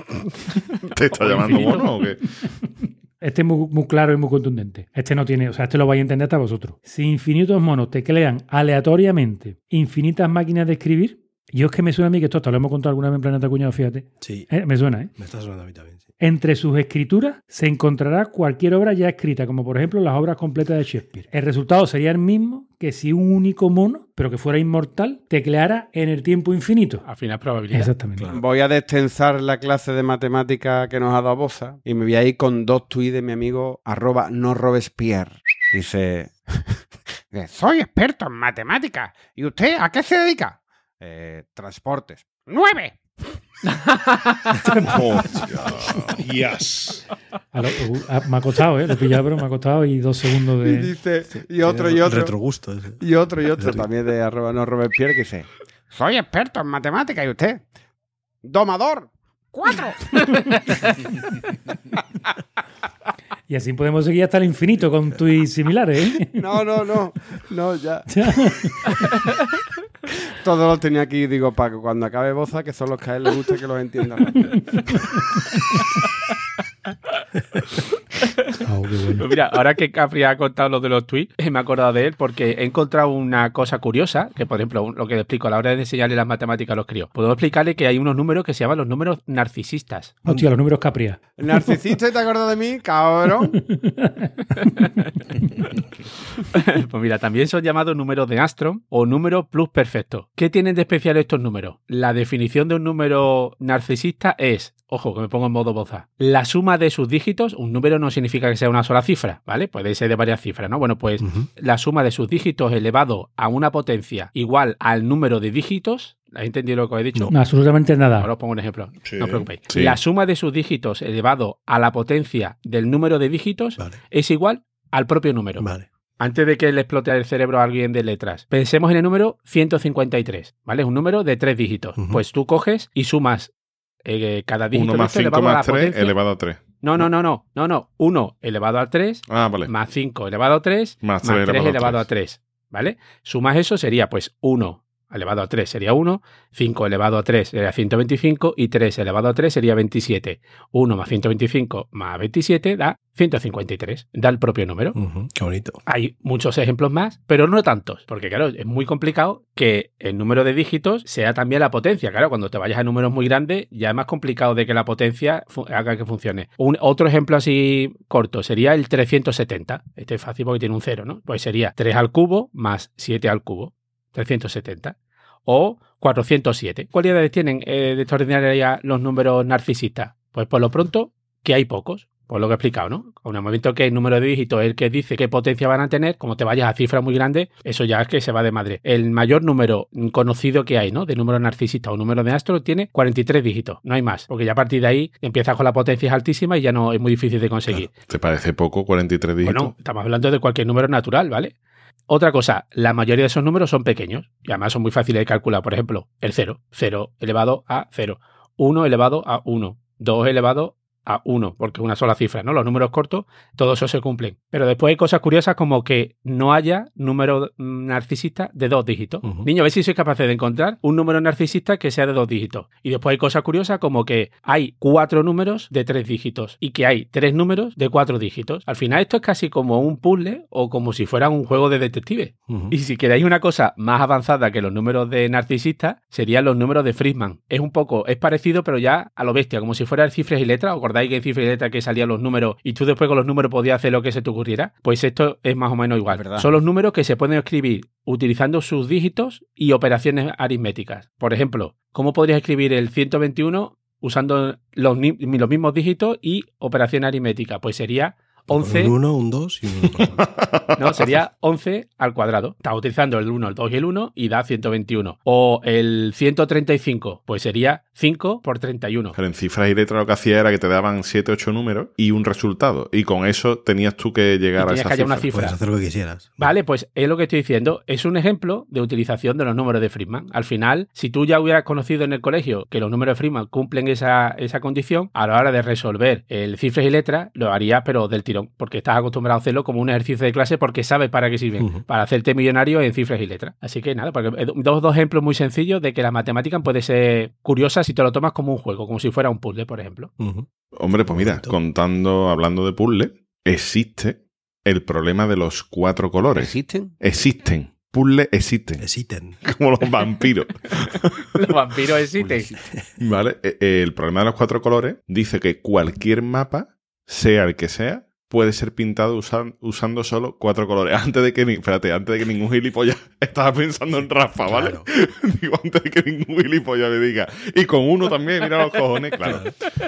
Speaker 1: ¿Te está llamando mono o qué?
Speaker 4: Este es muy, muy claro y muy contundente. Este no tiene, o sea, este lo vais a entender hasta vosotros. Si infinitos monos teclean aleatoriamente infinitas máquinas de escribir, yo es que me suena a mí que esto hasta lo hemos contado alguna vez en Planeta Cuñado, fíjate.
Speaker 2: Sí.
Speaker 4: Eh, me suena, ¿eh?
Speaker 2: Me está sonando a mí también. Sí.
Speaker 4: Entre sus escrituras se encontrará cualquier obra ya escrita, como por ejemplo las obras completas de Shakespeare. El resultado sería el mismo que si un único mono, pero que fuera inmortal, tecleara en el tiempo infinito.
Speaker 6: Al final, probabilidad.
Speaker 4: Exactamente.
Speaker 3: Voy a destensar la clase de matemática que nos ha dado Boza y me voy a ir con dos tuits de mi amigo arroba no Robespierre. Dice, soy experto en matemáticas. ¿Y usted a qué se dedica? Eh, transportes. ¡Nueve!
Speaker 5: Yes.
Speaker 4: A lo- uh, ah, me ha costado, ¿eh? Lo he pillado, pero me ha costado y dos segundos
Speaker 3: Y
Speaker 4: de...
Speaker 3: dice, y otro, y
Speaker 2: Tiene
Speaker 3: otro.
Speaker 2: Retrogusto ese.
Speaker 3: Y otro, y otro
Speaker 2: Sí.
Speaker 3: también de arroba no Robespierre que dice, soy experto en matemáticas. ¿Y usted? Domador. ¡Cuatro!
Speaker 4: Y así podemos seguir hasta el infinito con tuits similares, ¿eh?
Speaker 3: No, no, no. No, ya. Todos los tenía aquí, digo, para que cuando acabe Boza, que son los que a él le gusta que los entiendan.
Speaker 4: Ah, qué bueno.
Speaker 6: Pues mira, ahora que Capri ha contado lo de los tweets, me he acordado de él porque he encontrado una cosa curiosa, que por ejemplo, lo que le explico a la hora de enseñarle las matemáticas a los críos. Puedo explicarle que hay unos números que se llaman los números narcisistas.
Speaker 4: Hostia, los números Capria.
Speaker 3: Narcisista, ¿te acuerdas de mí? Cabrón.
Speaker 6: Pues mira, también son llamados números de Armstrong o números plusperfectos. ¿Qué tienen de especial estos números? La definición de un número narcisista es ojo, que me pongo en modo boza, la suma de sus dígitos, un número no significa que sea una sola cifra, ¿vale? Puede ser de varias cifras, ¿no? Bueno, pues uh-huh. la suma de sus dígitos elevado a una potencia igual al número de dígitos. ¿Has entendido lo que os he dicho?
Speaker 4: No, absolutamente nada.
Speaker 6: Ahora os pongo un ejemplo. Sí, no os preocupéis.
Speaker 1: Sí.
Speaker 6: La suma de sus dígitos elevado a la potencia del número de dígitos vale. es igual al propio número.
Speaker 2: Vale.
Speaker 6: Antes de que le explote el cerebro a alguien de letras, pensemos en el número ciento cincuenta y tres, ¿vale? Es un número de tres dígitos. Uh-huh. Pues tú coges y sumas eh, cada dígito
Speaker 1: uno más cinco más tres elevado a tres.
Speaker 6: No, no, no, no, no, no. uno elevado a tres
Speaker 1: ah, vale.
Speaker 6: más cinco elevado a tres más tres, más tres elevado, elevado a tres, ¿vale? Sumas eso sería pues uno elevado a tres sería uno, cinco elevado a tres sería ciento veinticinco y tres elevado a tres sería veintisiete. uno más ciento veinticinco más veintisiete da ciento cincuenta y tres, da el propio número.
Speaker 2: Uh-huh, qué bonito.
Speaker 6: Hay muchos ejemplos más, pero no tantos, porque claro, es muy complicado que el número de dígitos sea también la potencia. Claro, cuando te vayas a números muy grandes ya es más complicado de que la potencia fu- haga que funcione. Un, otro ejemplo así corto sería el trescientos setenta. Este es fácil porque tiene un cero, ¿no? Pues sería tres al cubo más siete al cubo. trescientos setenta o cuatrocientos siete. ¿Cuáles cualidades tienen eh, de extraordinaria los números narcisistas? Pues por lo pronto que hay pocos, por lo que he explicado, ¿no? En el momento que el número de dígitos es el que dice qué potencia van a tener, como te vayas a cifras muy grandes, eso ya es que se va de madre. El mayor número conocido que hay, ¿no? De números narcisistas o números de Astro tiene cuarenta y tres dígitos, no hay más, porque ya a partir de ahí empiezas con la potencia altísima y ya no es muy difícil de conseguir.
Speaker 1: Claro. ¿Te parece poco cuarenta y tres dígitos?
Speaker 6: Bueno, estamos hablando de cualquier número natural, ¿vale? Otra cosa, la mayoría de esos números son pequeños y además son muy fáciles de calcular. Por ejemplo, el cero, cero elevado a cero, uno elevado a uno, dos elevado a uno, porque es una sola cifra, ¿no? Los números cortos, todos esos se cumplen. Pero después hay cosas curiosas como que no haya número narcisista de dos dígitos. Uh-huh. Niño, a ver si sois capaces de encontrar un número narcisista que sea de dos dígitos. Y después hay cosas curiosas como que hay cuatro números de tres dígitos y que hay tres números de cuatro dígitos. Al final esto es casi como un puzzle o como si fuera un juego de detective. Uh-huh. Y si queréis una cosa más avanzada que los números de narcisistas, serían los números de Friedman. Es un poco, es parecido, pero ya a lo bestia, como si fuera el cifras y letras. ¿Os acordáis que en cifras y letras que salían los números y tú después con los números podías hacer lo que se te ocurriera? Pues esto es más o menos igual. Son los números que se pueden escribir utilizando sus dígitos y operaciones aritméticas. Por ejemplo, ¿cómo podrías escribir el ciento veintiuno usando los, los mismos dígitos y operación aritmética? Pues sería once.
Speaker 2: Un uno, un dos y un uno.
Speaker 6: No, sería once al cuadrado. Estás utilizando el uno, el dos y el uno y da ciento veintiuno. O el ciento treinta y cinco, pues sería cinco por treinta y uno.
Speaker 1: Pero en cifras y letras lo que hacía era que te daban siete, ocho números y un resultado. Y con eso tenías tú que llegar a esa
Speaker 6: que
Speaker 1: cifra.
Speaker 6: Una cifra.
Speaker 2: Puedes hacer lo que quisieras.
Speaker 6: Vale, pues es lo que estoy diciendo. Es un ejemplo de utilización de los números de Friedman. Al final, si tú ya hubieras conocido en el colegio que los números de Friedman cumplen esa, esa condición, a la hora de resolver el cifras y letras, lo harías pero del tirón, porque estás acostumbrado a hacerlo como un ejercicio de clase porque sabes para qué sirven, uh-huh. para hacerte millonario en cifras y letras. Así que nada, porque dos, dos ejemplos muy sencillos de que la matemática puede ser curiosa si te lo tomas como un juego, como si fuera un puzzle, por ejemplo.
Speaker 1: Uh-huh. Hombre, pues mira, contando, hablando de puzzle, existe el problema de los cuatro colores.
Speaker 3: ¿Existen?
Speaker 1: Existen. Puzzles existen.
Speaker 2: Existen.
Speaker 1: Como los vampiros.
Speaker 6: Los vampiros existen.
Speaker 1: Vale, el problema de los cuatro colores dice que cualquier mapa, sea el que sea, puede ser pintado usan, usando solo cuatro colores. Antes de que ni, espérate, antes de que ningún gilipollas estaba pensando en Rafa, ¿vale? Claro. Digo, antes de que ningún gilipollas me diga. Y con uno también, mira los cojones, claro.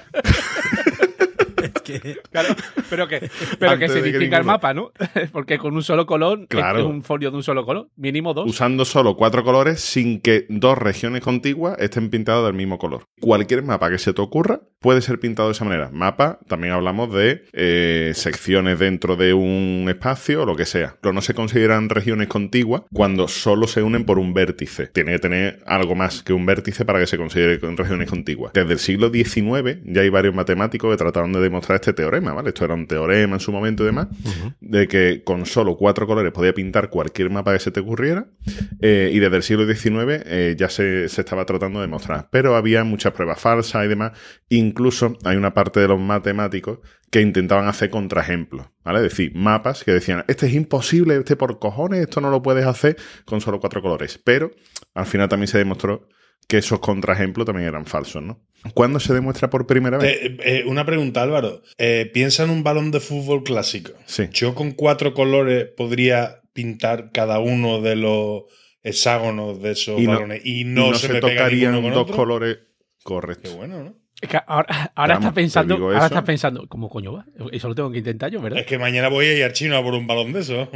Speaker 2: Es que...
Speaker 6: Claro, pero que, pero que se distinga el mapa, ¿no? Porque con un solo color,
Speaker 1: claro.
Speaker 6: es un folio de un solo color, mínimo dos.
Speaker 1: Usando solo cuatro colores sin que dos regiones contiguas estén pintadas del mismo color. Cualquier mapa que se te ocurra puede ser pintado de esa manera. Mapa, también hablamos de eh, secciones dentro de un espacio o lo que sea. Pero no se consideran regiones contiguas cuando solo se unen por un vértice. Tiene que tener algo más que un vértice para que se considere regiones contiguas. Desde el siglo diecinueve ya hay varios matemáticos que trataron de demostrar este teorema, ¿vale? Esto era un teorema en su momento y demás, uh-huh. de que con solo cuatro colores podía pintar cualquier mapa que se te ocurriera, eh, y desde el siglo diecinueve eh, ya se, se estaba tratando de demostrar. Pero había muchas pruebas falsas y demás. Incluso hay una parte de los matemáticos que intentaban hacer contraejemplos, ¿vale? Es decir, mapas que decían, este es imposible, este por cojones, esto no lo puedes hacer con solo cuatro colores. Pero al final también se demostró que esos contraejemplos también eran falsos, ¿no? ¿Cuándo se demuestra por primera vez?
Speaker 5: Eh, eh, una pregunta, Álvaro. Eh, piensa en un balón de fútbol clásico.
Speaker 1: Sí.
Speaker 5: Yo con cuatro colores podría pintar cada uno de los hexágonos de esos
Speaker 1: y no,
Speaker 5: balones y no,
Speaker 1: y no
Speaker 5: se,
Speaker 1: se
Speaker 5: me
Speaker 1: tocarían
Speaker 5: pega con
Speaker 1: dos
Speaker 5: otro.
Speaker 1: colores correctos.
Speaker 5: Qué bueno, ¿no?
Speaker 6: Es que ahora, ahora
Speaker 1: Vamos,
Speaker 6: estás pensando,
Speaker 1: te digo
Speaker 6: ahora
Speaker 1: eso.
Speaker 6: estás pensando, ¿cómo coño va? Eso lo tengo que intentar yo, ¿verdad?
Speaker 5: Es que mañana voy a ir al chino a por un balón de eso.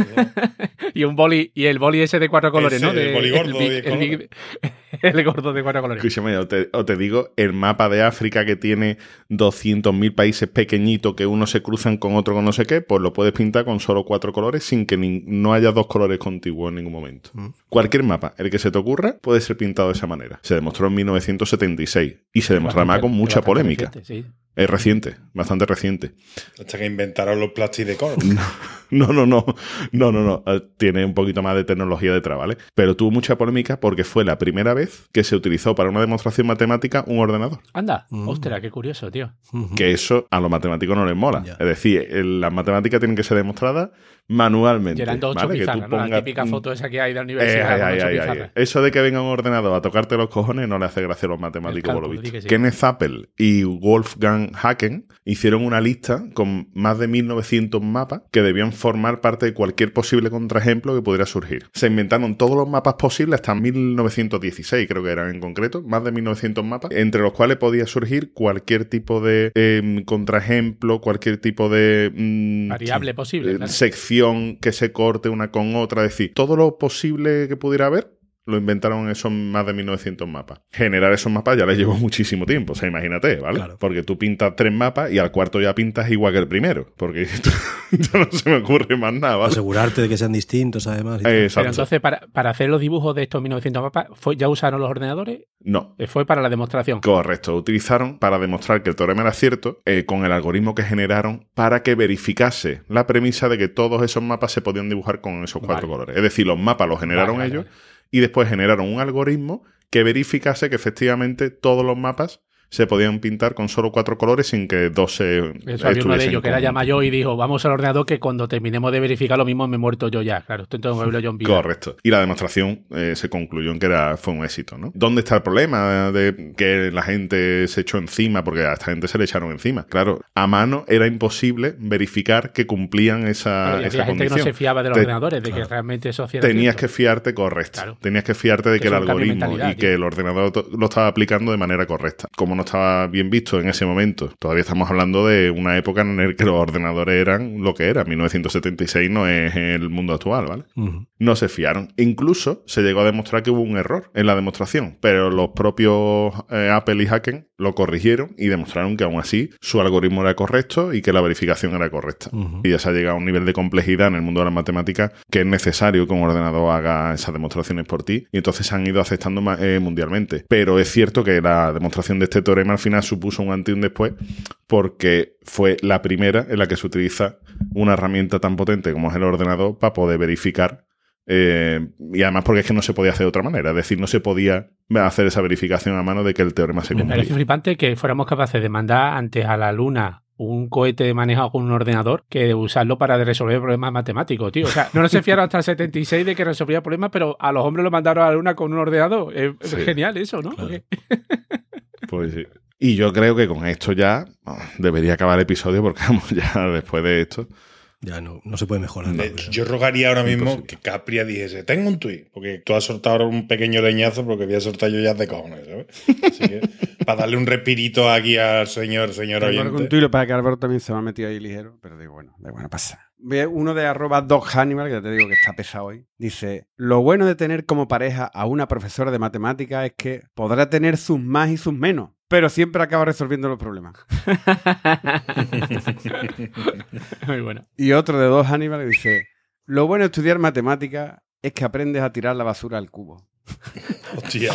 Speaker 6: Y un boli, y el boli ese de cuatro colores,
Speaker 5: Ese,
Speaker 6: ¿no?
Speaker 5: el boli gordo
Speaker 6: el,
Speaker 5: de
Speaker 6: big- el big- el gordo de cuatro colores.
Speaker 1: Escúchame, o te, o te digo, el mapa de África que tiene doscientos mil países pequeñitos que uno se cruzan con otro con no sé qué, pues lo puedes pintar con solo cuatro colores sin que ni- no haya dos colores contiguos en ningún momento.
Speaker 2: Mm.
Speaker 1: Cualquier mapa, el que se te ocurra, puede ser pintado de esa manera. Se demostró en mil novecientos setenta y seis y se demostró además con mucha
Speaker 6: Bastante
Speaker 1: polémica.
Speaker 6: reciente, sí.
Speaker 1: Es reciente, bastante reciente.
Speaker 5: Hasta que inventaron los plastic de corp.
Speaker 1: No, no, no, no, no, no. Eh, Tiene un poquito más de tecnología detrás, ¿vale? Pero tuvo mucha polémica porque fue la primera vez que se utilizó para una demostración matemática un ordenador.
Speaker 6: Anda,
Speaker 2: Mm.
Speaker 6: ostras, qué curioso, tío.
Speaker 2: Ujú.
Speaker 1: Que eso a los matemáticos no les mola.
Speaker 2: Ya.
Speaker 1: Es decir, el- las matemáticas tienen que ser demostradas manualmente.
Speaker 6: Llenando ocho
Speaker 1: ¿vale? Que tú
Speaker 6: pizarras, ¿no? La
Speaker 1: pongas-
Speaker 6: típica foto esa que hay de la
Speaker 1: Eh,
Speaker 6: universidad
Speaker 1: ay,
Speaker 6: con
Speaker 1: ay,
Speaker 6: ocho
Speaker 1: ay, ay.
Speaker 6: pizarras.
Speaker 1: Eso de que venga un ordenador a tocarte los cojones no le hace gracia a los matemáticos,
Speaker 6: El
Speaker 1: por lo
Speaker 6: cálculo,
Speaker 1: visto.
Speaker 6: di que sí.
Speaker 1: Kenneth Appel y Wolfgang Haken hicieron una lista con más de mil novecientos mapas que debían formar parte de cualquier posible contraejemplo que pudiera surgir. Se inventaron todos los mapas posibles hasta mil novecientos dieciséis, creo que eran en concreto, más de mil novecientos mapas, entre los cuales podía surgir cualquier tipo de eh, contraejemplo, cualquier tipo de... mm,
Speaker 6: Variable posible,
Speaker 1: eh,
Speaker 6: claro.
Speaker 1: sección que se corte una con otra, es decir, todo lo posible que pudiera haber lo inventaron esos más de mil novecientos mapas. Generar esos mapas ya les llevó muchísimo tiempo, o sea, imagínate, ¿vale?
Speaker 2: Claro.
Speaker 1: Porque tú pintas tres mapas y al cuarto ya pintas igual que el primero, porque ya no se me ocurre más nada, ¿vale?
Speaker 2: Asegurarte de que sean distintos, además. y tal.
Speaker 1: Eh,
Speaker 6: Pero
Speaker 1: exacto.
Speaker 6: entonces, para, para hacer los dibujos de estos mil novecientos mapas, ¿fue, ¿ya usaron los ordenadores?
Speaker 1: No.
Speaker 6: Eh, Fue para la demostración.
Speaker 1: Correcto, utilizaron para demostrar que el teorema era cierto eh, con el algoritmo que generaron para que verificase la premisa de que todos esos mapas se podían dibujar con esos cuatro
Speaker 6: Vale.
Speaker 1: colores. Es decir, los mapas los generaron
Speaker 6: Vale, vale,
Speaker 1: ellos
Speaker 6: vale.
Speaker 1: y después generaron un algoritmo que verificase que efectivamente todos los mapas se podían pintar con solo cuatro colores sin que dos se
Speaker 6: Eso había uno de
Speaker 1: estuviesen
Speaker 6: ellos que era
Speaker 1: con-
Speaker 6: ya mayor y dijo, vamos al ordenador que cuando terminemos de verificar lo mismo me he muerto yo ya. Claro, esto entonces me hablo yo en vida.
Speaker 1: Correcto. Y la demostración eh, se concluyó en que era, fue un éxito, ¿no? ¿Dónde está el problema de que la gente se echó encima? Porque a esta gente se le echaron encima. Claro, a mano era imposible verificar que cumplían esa,
Speaker 6: Claro, y
Speaker 1: esa
Speaker 6: había gente que no
Speaker 1: condición.
Speaker 6: se fiaba de los
Speaker 1: Te-
Speaker 6: ordenadores, de que realmente eso hacía
Speaker 1: Tenías que fiarte correcto.
Speaker 6: Claro.
Speaker 1: Tenías que fiarte de
Speaker 6: Que
Speaker 1: que, el
Speaker 6: es un cambio de
Speaker 1: algoritmo
Speaker 6: mentalidad,
Speaker 1: y
Speaker 6: tío.
Speaker 1: que el ordenador to- lo estaba aplicando de manera correcta. Como no estaba bien visto en ese momento, todavía estamos hablando de una época en la que los ordenadores eran lo que era. mil novecientos setenta y seis no es el mundo actual, ¿vale?
Speaker 2: Ujú.
Speaker 1: No se fiaron. Incluso se llegó a demostrar que hubo un error en la demostración, pero los propios eh, Apple y Haken lo corrigieron y demostraron que aún así su algoritmo era correcto y que la verificación era correcta.
Speaker 2: Ujú.
Speaker 1: Y ya se ha llegado a un nivel de complejidad en el mundo de las matemáticas que es necesario que un ordenador haga esas demostraciones por ti y entonces se han ido aceptando ma- eh, mundialmente. Pero es cierto que la demostración de este teorema al final supuso un antes y un después porque fue la primera en la que se utiliza una herramienta tan potente como es el ordenador para poder verificar eh, y además porque es que no se podía hacer de otra manera, es decir, no se podía hacer esa verificación a mano de que el teorema se
Speaker 6: Me parece
Speaker 1: cumplía.
Speaker 6: flipante que fuéramos capaces de mandar antes a la Luna un cohete manejado con un ordenador que de usarlo para resolver problemas matemáticos, tío. O sea, no se fiaron hasta el setenta y seis de que resolvía problemas, pero a los hombres lo mandaron a la Luna con un ordenador. Es es
Speaker 1: Sí.
Speaker 6: genial eso, ¿no?
Speaker 2: Claro.
Speaker 6: Porque-
Speaker 1: Pues sí. Y yo creo que con esto ya oh, debería acabar el episodio porque vamos, ya después de esto.
Speaker 2: Ya no, no se puede mejorar.
Speaker 5: De
Speaker 2: ¿no?
Speaker 5: hecho, yo rogaría ahora mismo
Speaker 1: Imposible.
Speaker 5: que Capria dijese, tengo un tuit, porque tú has soltado ahora un pequeño leñazo porque voy a soltar yo ya de cojones, ¿sabes? Así que, para darle un respirito aquí al señor, señor
Speaker 3: Tengo algún
Speaker 5: oyente.
Speaker 3: tuit para que Álvaro también se me ha metido ahí ligero, pero digo, bueno, da igual, pasa. Ve uno de arroba Doc Hannibal, que ya te digo que está pesado hoy, dice, lo bueno de tener como pareja a una profesora de matemáticas es que podrá tener sus más y sus menos, pero siempre acaba resolviendo los problemas.
Speaker 6: Muy bueno.
Speaker 3: Y otro de Doc Hannibal que dice, lo bueno de estudiar matemáticas es que aprendes a tirar la basura al cubo.
Speaker 5: Hostia.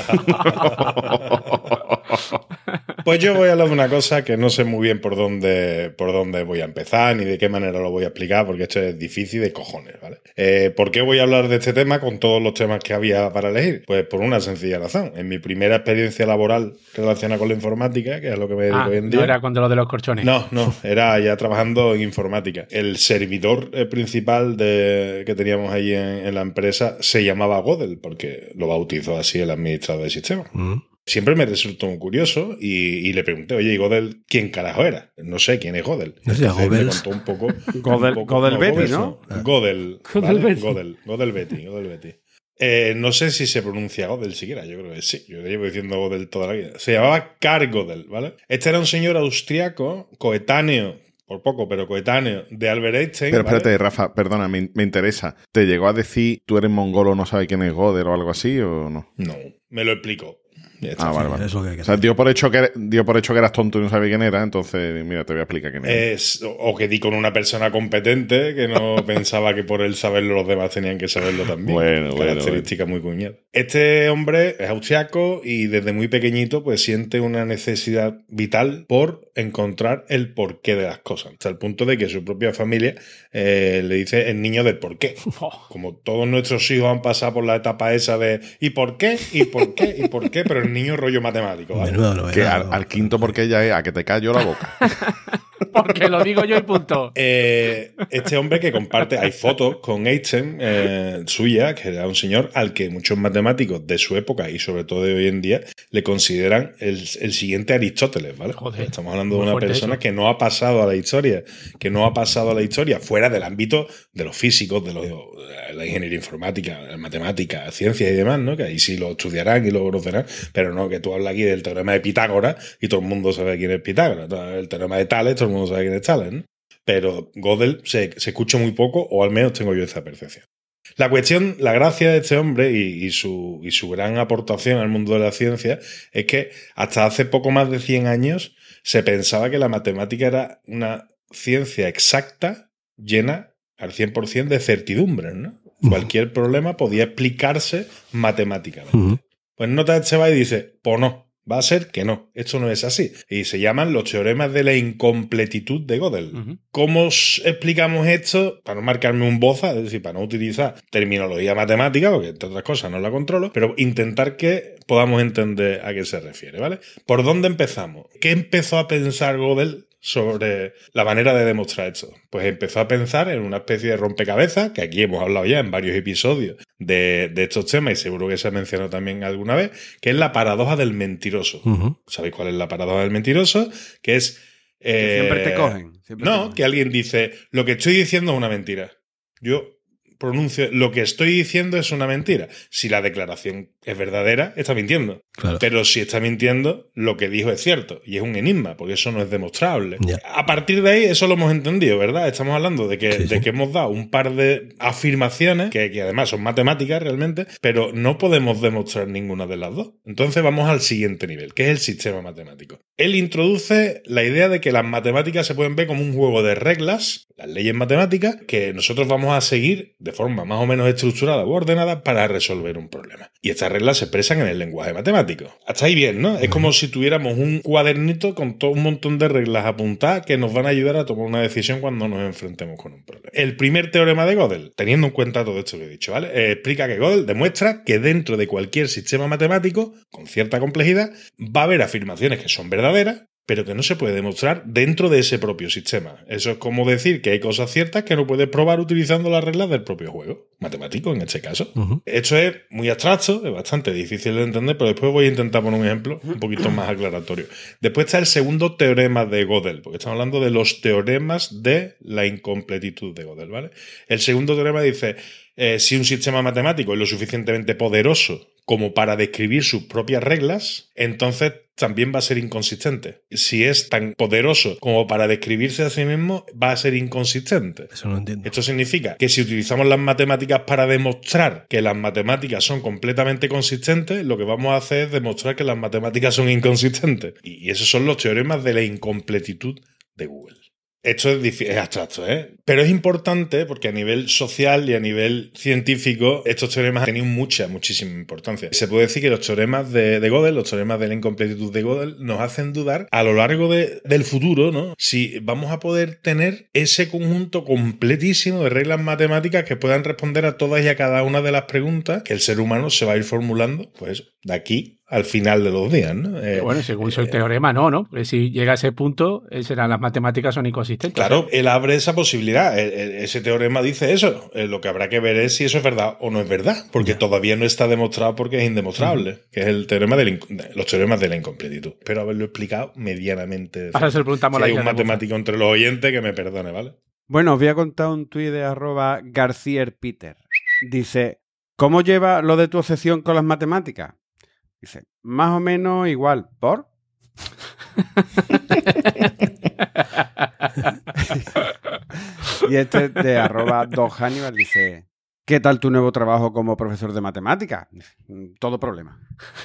Speaker 5: Pues yo voy a hablar de una cosa que no sé muy bien por dónde, por dónde voy a empezar ni de qué manera lo voy a explicar, porque esto es difícil de cojones, ¿vale? Eh, ¿Por qué voy a hablar de este tema con todos los temas que había para elegir? Pues por una sencilla razón. En mi primera experiencia laboral relacionada con la informática, que es lo que me dedico
Speaker 6: Ah,
Speaker 5: hoy en día.
Speaker 6: no era con lo de los corchones.
Speaker 5: No, no, era ya trabajando en informática. El servidor eh, principal de, que teníamos ahí en, en la empresa se llamaba Godel, porque lo bautizó así el administrador de sistemas.
Speaker 2: Mm.
Speaker 5: Siempre me resultó muy curioso y, y le pregunté, oye, ¿y Godel quién carajo era? No sé quién es Godel.
Speaker 2: No sé,
Speaker 5: Entonces me
Speaker 2: Goebbels.
Speaker 5: contó un poco.
Speaker 3: Godel-
Speaker 5: un poco-
Speaker 3: Godel Betty,
Speaker 5: Goebbels
Speaker 3: ¿no?
Speaker 5: Godel.
Speaker 6: Godel
Speaker 5: ¿vale?
Speaker 6: Betty.
Speaker 5: Godel. Godel Betty. Godel Betty. Eh, no sé si se pronuncia Gödel siquiera, yo creo que sí. Yo llevo diciendo Gödel toda la vida. Se llamaba Karl Gödel, ¿vale? Este era un señor austriaco, coetáneo, por poco, pero coetáneo, de Albert Einstein.
Speaker 1: Pero
Speaker 5: ¿vale?
Speaker 1: espérate, Rafa, perdona, me, me interesa. ¿Te llegó a decir tú eres mongolo, no sabes quién es Gödel o algo así o no?
Speaker 5: No, me lo explicó.
Speaker 1: Ah, vale, vale.
Speaker 2: Es lo que hay que
Speaker 1: O sea,
Speaker 2: hacer.
Speaker 1: dio por, hecho que, dio por hecho que eras tonto y no sabía quién era, entonces, mira, te voy a explicar quién era.
Speaker 5: Es, o que di con una persona competente que no pensaba que por él saberlo los demás tenían que saberlo también.
Speaker 1: Bueno, bueno,
Speaker 5: Característica muy cuñada. Este hombre es austriaco y desde muy pequeñito pues siente una necesidad vital por encontrar el porqué de las cosas. Hasta el punto de que su propia familia eh, le dice el niño del porqué. Como todos nuestros hijos han pasado por la etapa esa de ¿y por qué? ¿y por qué? ¿y por qué? Pero el niño rollo matemático, ¿vale?
Speaker 2: Menuda novedad,
Speaker 1: Que al,
Speaker 2: ¿no?
Speaker 1: al quinto porque ya es a que te callo la boca.
Speaker 6: Porque lo digo yo y punto.
Speaker 5: Eh, este hombre que comparte, hay fotos con Einstein eh, suya, que era un señor al que muchos matemáticos de su época y sobre todo de hoy en día le consideran el, el siguiente Aristóteles, ¿vale?
Speaker 6: Joder,
Speaker 5: Estamos hablando de
Speaker 6: muy
Speaker 5: una
Speaker 6: fuerte
Speaker 5: persona
Speaker 6: eso.
Speaker 5: que no ha pasado a la historia, que no ha pasado a la historia fuera del ámbito de los físicos, de, los, de la ingeniería informática, la matemática, ciencias y demás, ¿no? Que ahí sí lo estudiarán y lo conocerán, pero no que tú hablas aquí del teorema de Pitágoras y todo el mundo sabe quién es Pitágoras, el teorema de Tales, todo el mundo sabe quién es Tales, ¿no? Pero Gödel se, se escucha muy poco, o al menos tengo yo esa percepción. La cuestión, la gracia de este hombre y, y, su, y su gran aportación al mundo de la ciencia es que hasta hace poco más de cien años se pensaba que la matemática era una ciencia exacta llena al cien por ciento de certidumbres, ¿no? Uh-huh. Cualquier problema podía explicarse matemáticamente. Uh-huh. Pues nota este va y dice, pues no. Va a ser que no, esto no es así. Y se llaman los teoremas de la incompletitud de Gödel. Uh-huh. ¿Cómo explicamos esto? Para no marcarme un boza, es decir, para no utilizar terminología matemática, porque entre otras cosas no la controlo, pero intentar que podamos entender a qué se refiere, ¿vale? ¿Por dónde empezamos? ¿Qué empezó a pensar Gödel sobre la manera de demostrar esto? Pues empezó a pensar en una especie de rompecabezas, que aquí hemos hablado ya en varios episodios de, de estos temas y seguro que se ha mencionado también alguna vez, que es la paradoja del mentiroso. Uh-huh. ¿Sabéis cuál es la paradoja del mentiroso? Que es...
Speaker 3: Eh, que siempre te cogen. Siempre
Speaker 5: no,
Speaker 3: te cogen.
Speaker 5: Que alguien dice, lo que estoy diciendo es una mentira. Yo pronuncio, lo que estoy diciendo es una mentira. Si la declaración es verdadera, está mintiendo.
Speaker 2: Claro.
Speaker 5: Pero si está mintiendo, lo que dijo es cierto. Y es un enigma, porque eso no es demostrable.
Speaker 2: Ya.
Speaker 5: A partir de ahí, eso lo hemos entendido, ¿verdad? Estamos hablando de que,
Speaker 2: Sí, sí.
Speaker 5: de que hemos dado un par de afirmaciones, que, que además son matemáticas realmente, pero no podemos demostrar ninguna de las dos. Entonces vamos al siguiente nivel, que es el sistema matemático. Él introduce la idea de que las matemáticas se pueden ver como un juego de reglas, las leyes matemáticas, que nosotros vamos a seguir de forma más o menos estructurada o ordenada para resolver un problema. Y estas reglas se expresan en el lenguaje matemático. Hasta ahí bien, ¿no? Es como si tuviéramos un cuadernito con todo un montón de reglas apuntadas que nos van a ayudar a tomar una decisión cuando nos enfrentemos con un problema. El primer teorema de Gödel, teniendo en cuenta todo esto que he dicho, ¿vale? Eh, explica que Gödel demuestra que dentro de cualquier sistema matemático, con cierta complejidad, va a haber afirmaciones que son verdaderas, pero que no se puede demostrar dentro de ese propio sistema. Eso es como decir que hay cosas ciertas que no puedes probar utilizando las reglas del propio juego, matemático en este caso. Uh-huh. Esto es muy abstracto, es bastante difícil de entender, pero después voy a intentar poner un ejemplo un poquito más aclaratorio. Después está el segundo teorema de Gödel, porque estamos hablando de los teoremas de la incompletitud de Gödel, ¿vale? El segundo teorema dice, eh, si un sistema matemático es lo suficientemente poderoso como para describir sus propias reglas, entonces también va a ser inconsistente. Si es tan poderoso como para describirse a sí mismo, va a ser inconsistente.
Speaker 2: Eso no entiendo.
Speaker 5: Esto significa que si utilizamos las matemáticas para demostrar que las matemáticas son completamente consistentes, lo que vamos a hacer es demostrar que las matemáticas son inconsistentes. Y esos son los teoremas de la incompletitud de Gödel. Esto es, difícil, es abstracto, ¿eh? Pero es importante porque a nivel social y a nivel científico estos teoremas han tenido mucha, muchísima importancia. Se puede decir que los teoremas de, de Gödel, los teoremas de la incompletitud de Gödel, nos hacen dudar a lo largo de, del futuro, ¿no? Si vamos a poder tener ese conjunto completísimo de reglas matemáticas que puedan responder a todas y a cada una de las preguntas que el ser humano se va a ir formulando, pues, de aquí al final de los días, ¿no? Eh,
Speaker 6: bueno, según su eh, teorema, no, ¿no? Porque si llega a ese punto, serán las matemáticas son inconsistentes.
Speaker 5: Claro, él abre esa posibilidad. Ese teorema dice eso. Lo que habrá que ver es si eso es verdad o no es verdad, porque yeah. todavía no está demostrado porque es indemostrable, uh-huh. que es el teorema de los teoremas de la incompletitud. Espero haberlo explicado medianamente.
Speaker 6: Ahora se lo preguntamos
Speaker 5: si
Speaker 6: a
Speaker 5: hay un matemático entre los oyentes que me perdone, ¿vale?
Speaker 3: Bueno, os voy a contar un tuit de arroba García Peter. Dice... ¿Cómo lleva lo de tu obsesión con las matemáticas? Dice, más o menos igual. ¿Por? Y este de arroba dos Hannibal dice, ¿qué tal tu nuevo trabajo como profesor de matemáticas? Todo problema.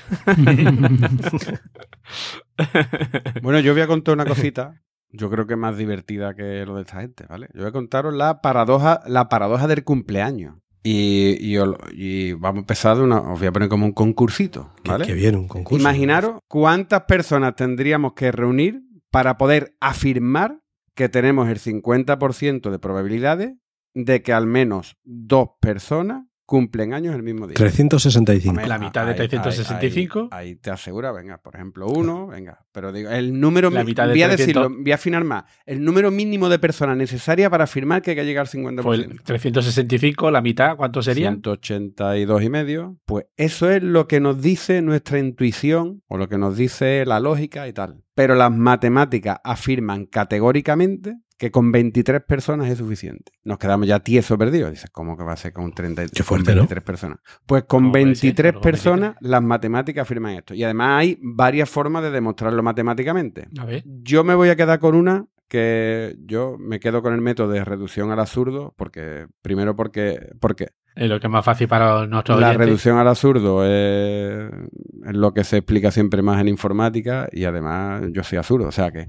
Speaker 3: Bueno, yo voy a contar una cosita, yo creo que más divertida que lo de esta gente, ¿vale? Yo voy a contaros la paradoja, la paradoja del cumpleaños. Y, y, y vamos a empezar de una, os voy a poner como un concursito, ¿vale?
Speaker 2: Que, que viene un concurso.
Speaker 3: Imaginaros cuántas personas tendríamos que reunir para poder afirmar que tenemos el cincuenta por ciento de probabilidades de que al menos dos personas cumplen años el mismo día.
Speaker 2: trescientos sesenta y cinco.
Speaker 3: Hombre,
Speaker 6: La mitad de
Speaker 3: ahí-
Speaker 6: trescientos sesenta y cinco.
Speaker 3: Ahí, ahí te asegura, venga, por ejemplo, uno, venga. Pero digo, el número,
Speaker 6: La
Speaker 3: mi-
Speaker 6: mitad de
Speaker 3: voy a
Speaker 6: trescientos.
Speaker 3: decirlo, voy a afinar más. El número mínimo de personas necesarias para afirmar que hay que llegar al cincuenta por
Speaker 6: Pues
Speaker 3: ciento.
Speaker 6: trescientos sesenta y cinco, la mitad, ¿cuánto serían?
Speaker 3: ciento ochenta y dos y medio. Pues eso es lo que nos dice nuestra intuición o lo que nos dice la lógica y tal. Pero las matemáticas afirman categóricamente que con veintitrés personas es suficiente. Nos quedamos ya tiesos perdidos. Dices, ¿cómo que va a ser con treinta y-
Speaker 2: Qué
Speaker 3: con
Speaker 2: fuerte, ¿no?
Speaker 3: veintitrés personas? Pues con
Speaker 6: ¿Cómo puede ser?
Speaker 3: veintitrés
Speaker 6: Solo con
Speaker 3: personas
Speaker 6: veintitrés.
Speaker 3: las matemáticas afirman esto. Y además hay varias formas de demostrarlo matemáticamente.
Speaker 6: A ver.
Speaker 3: Yo me voy a quedar con una que yo me quedo con el método de reducción al absurdo porque, primero porque, porque
Speaker 6: Es lo que es más fácil para nuestros
Speaker 3: la
Speaker 6: oyentes.
Speaker 3: reducción al absurdo es, es lo que se explica siempre más en informática y además yo soy absurdo, o sea que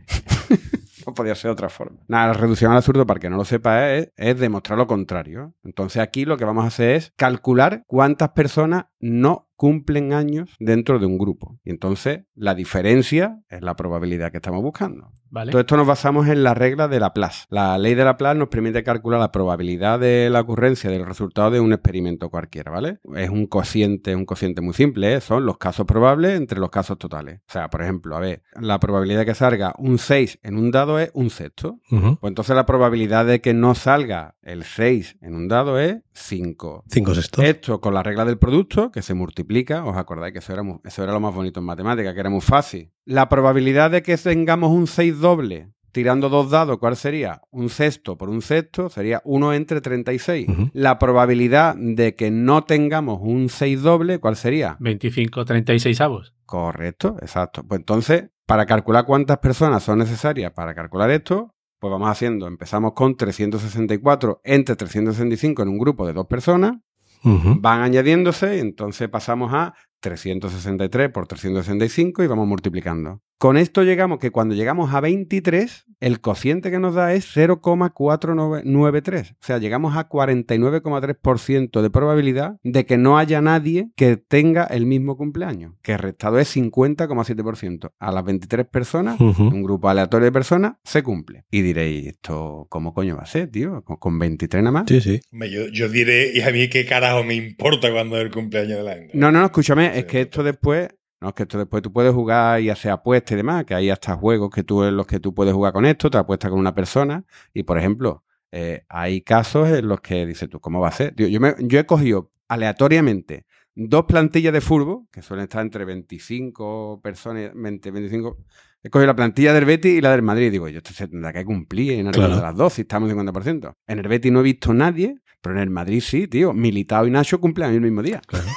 Speaker 3: no podía ser de otra forma. Nada, la reducción al absurdo, para el que no lo sepa, es, es demostrar lo contrario. Entonces aquí lo que vamos a hacer es calcular cuántas personas no cumplen años dentro de un grupo. Y entonces la diferencia es la probabilidad que estamos buscando.
Speaker 6: ¿Vale?
Speaker 3: Todo esto nos basamos en la regla de Laplace. La ley de Laplace nos permite calcular la probabilidad de la ocurrencia del resultado de un experimento cualquiera, ¿vale? Es un cociente, un cociente muy simple, ¿eh? Son los casos probables entre los casos totales. O sea, por ejemplo, a ver, la probabilidad de que salga un seis en un dado es un sexto.
Speaker 2: Ujú.
Speaker 3: Pues entonces la probabilidad de que no salga el seis en un dado es cinco.
Speaker 2: Cinco sextos.
Speaker 3: Esto con la regla del producto, que se multiplica, os acordáis que eso era, mu- eso era lo más bonito en matemática, que era muy fácil. La probabilidad de que tengamos un seis doble tirando dos dados, ¿cuál sería? Un sexto por un sexto, sería uno entre treinta y seis.
Speaker 2: Ujú.
Speaker 3: La probabilidad de que no tengamos un seis doble, ¿cuál sería?
Speaker 6: veinticinco, treinta y seis avos.
Speaker 3: Correcto, exacto. Pues entonces, para calcular cuántas personas son necesarias para calcular esto, pues vamos haciendo, empezamos con trescientos sesenta y cuatro entre trescientos sesenta y cinco en un grupo de dos personas,
Speaker 2: Ujú.
Speaker 3: van añadiéndose y entonces pasamos a trescientos sesenta y tres por trescientos sesenta y cinco y vamos multiplicando. Con esto llegamos que cuando llegamos a veintitrés, el cociente que nos da es cero coma cuatrocientos noventa y tres. O sea, llegamos a cuarenta y nueve coma tres por ciento de probabilidad de que no haya nadie que tenga el mismo cumpleaños, que el restado es cincuenta coma siete por ciento. A las veintitrés personas,
Speaker 2: Ujú.
Speaker 3: un grupo aleatorio de personas, se cumple. Y diréis, ¿esto cómo coño va a ser, tío? ¿Con- ¿Con veintitrés nada más?
Speaker 2: Sí, sí.
Speaker 5: Hombre, Yo, yo diré, y a mí qué carajo me importa cuando es el cumpleaños de la gente.
Speaker 3: No, no, no, escúchame,
Speaker 5: Sí,
Speaker 3: es que esto después, no, es que esto después tú puedes jugar y hacer apuestas y demás, que hay hasta juegos que tú, en los que tú puedes jugar con esto, te apuestas con una persona y, por ejemplo, eh, hay casos en los que dices tú, ¿cómo va a ser? Tío, yo, me- yo he cogido aleatoriamente dos plantillas de fútbol, que suelen estar entre veinticinco personas, veinte, veinticinco. He cogido la plantilla del Betis y la del Madrid. Y digo, yo esto se tendrá que cumplir en alguna
Speaker 2: Claro.
Speaker 3: de las dos, si estamos en cincuenta por ciento. En el Betis no he visto nadie, pero en el Madrid sí, tío. Militao y Nacho cumplen el mismo día.
Speaker 2: Claro.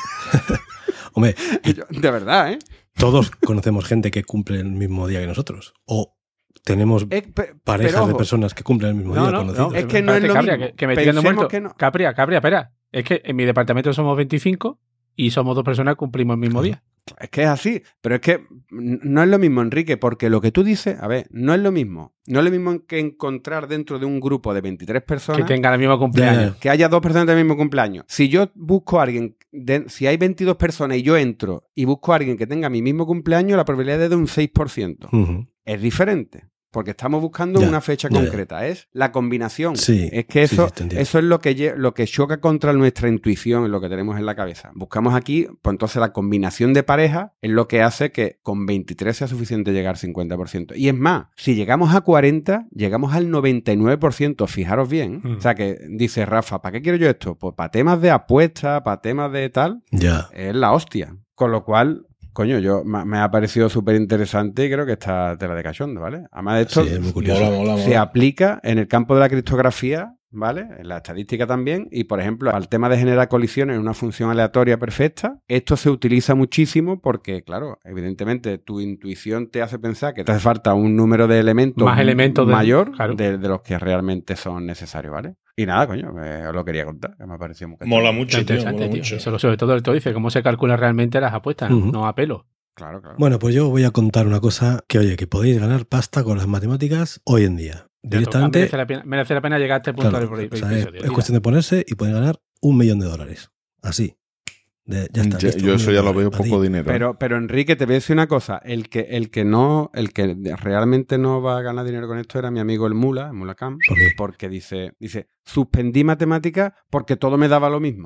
Speaker 2: Hombre,
Speaker 3: Y yo- de verdad, ¿eh?
Speaker 2: todos conocemos gente que cumple el mismo día que nosotros. O tenemos
Speaker 3: Eh, pe-
Speaker 2: parejas
Speaker 3: pero,
Speaker 2: de
Speaker 3: ojo,
Speaker 2: personas que cumplen el mismo
Speaker 6: No,
Speaker 2: día
Speaker 6: no,
Speaker 2: conocidos.
Speaker 6: no,
Speaker 3: es que no es lo
Speaker 6: Capria,
Speaker 3: mismo.
Speaker 6: Que, que me estoy quedando
Speaker 3: Pensemos
Speaker 6: muerto.
Speaker 3: que no.
Speaker 6: Capria, Capria, espera. Es que en mi departamento somos veinticinco y somos dos personas que cumplimos el mismo
Speaker 2: Claro.
Speaker 6: día.
Speaker 3: Es que es así, pero es que no es lo mismo, Enrique, porque lo que tú dices, a ver, no es lo mismo. No es lo mismo que encontrar dentro de un grupo de veintitrés personas
Speaker 6: Que tengan el mismo cumpleaños.
Speaker 2: Ya,
Speaker 3: que haya dos personas del mismo cumpleaños. Si yo busco a alguien, de- si hay veintidós personas y yo entro y busco a alguien que tenga mi mismo cumpleaños, la probabilidad es de un seis por ciento.
Speaker 2: Ujú.
Speaker 3: Es diferente. Porque estamos buscando
Speaker 2: Ya,
Speaker 3: una fecha
Speaker 2: ya, ya.
Speaker 3: concreta. Es la combinación.
Speaker 2: Sí,
Speaker 3: Es que
Speaker 2: sí,
Speaker 3: eso,
Speaker 2: sí, te entiendo.
Speaker 3: eso es lo que, lle- lo que choca contra nuestra intuición, en lo que tenemos en la cabeza. Buscamos aquí, pues entonces la combinación de parejas es lo que hace que con veintitrés sea suficiente llegar al cincuenta por ciento. Y es más, si llegamos a cuarenta, llegamos al noventa y nueve por ciento. Fijaros bien.
Speaker 6: Mm.
Speaker 3: O sea que dice Rafa, ¿para qué quiero yo esto? Pues para temas de apuesta, para temas de tal,
Speaker 2: Ya.
Speaker 3: es la hostia. Con lo cual, coño, yo me, me ha parecido súper interesante y creo que está tela de cachondo, ¿vale? Además de esto,
Speaker 2: Sí, es muy curioso.
Speaker 5: Mola, mola,
Speaker 3: se
Speaker 5: mola.
Speaker 3: aplica en el campo de la criptografía ¿vale? En la estadística también. Y, por ejemplo, al tema de generar colisiones en una función aleatoria perfecta, esto se utiliza muchísimo porque, claro, evidentemente tu intuición te hace pensar que te hace falta un número de elementos,
Speaker 6: Más elementos de-
Speaker 3: mayor
Speaker 6: claro.
Speaker 3: de, de los que realmente son necesarios, ¿vale? Y nada, coño, me, os lo quería contar, que me ha parecido muy
Speaker 5: Mola
Speaker 3: cachondo.
Speaker 5: mucho, tío,
Speaker 6: Interesante,
Speaker 5: mola
Speaker 6: tío.
Speaker 5: mucho.
Speaker 6: Eso, sobre todo el todo dice cómo se calcula realmente las apuestas, ¿no?
Speaker 2: Ujú.
Speaker 6: No a pelo.
Speaker 3: Claro, claro.
Speaker 2: Bueno, pues yo voy a contar una cosa que, oye, que podéis ganar pasta con las matemáticas hoy en día. Directamente,
Speaker 6: Merece la pena, merece la pena llegar a este punto
Speaker 2: claro,
Speaker 6: del
Speaker 2: o sea, es,
Speaker 6: episodio.
Speaker 2: es
Speaker 6: Tira.
Speaker 2: cuestión de ponerse y podéis ganar un millón de dólares. Así. De- ya está.
Speaker 1: Ya-
Speaker 2: listo,
Speaker 1: yo
Speaker 2: un
Speaker 1: eso
Speaker 2: millón
Speaker 1: ya
Speaker 2: de
Speaker 1: lo veo
Speaker 2: dólares para
Speaker 1: poco
Speaker 2: ti.
Speaker 1: dinero. ¿eh?
Speaker 3: Pero, pero Enrique, te voy a decir una cosa. El que, el que no, el que realmente no va a ganar dinero con esto era mi amigo el Mula, el Mula Camp,
Speaker 2: ¿Por qué?
Speaker 3: porque dice, dice, suspendí matemáticas porque todo me daba lo mismo.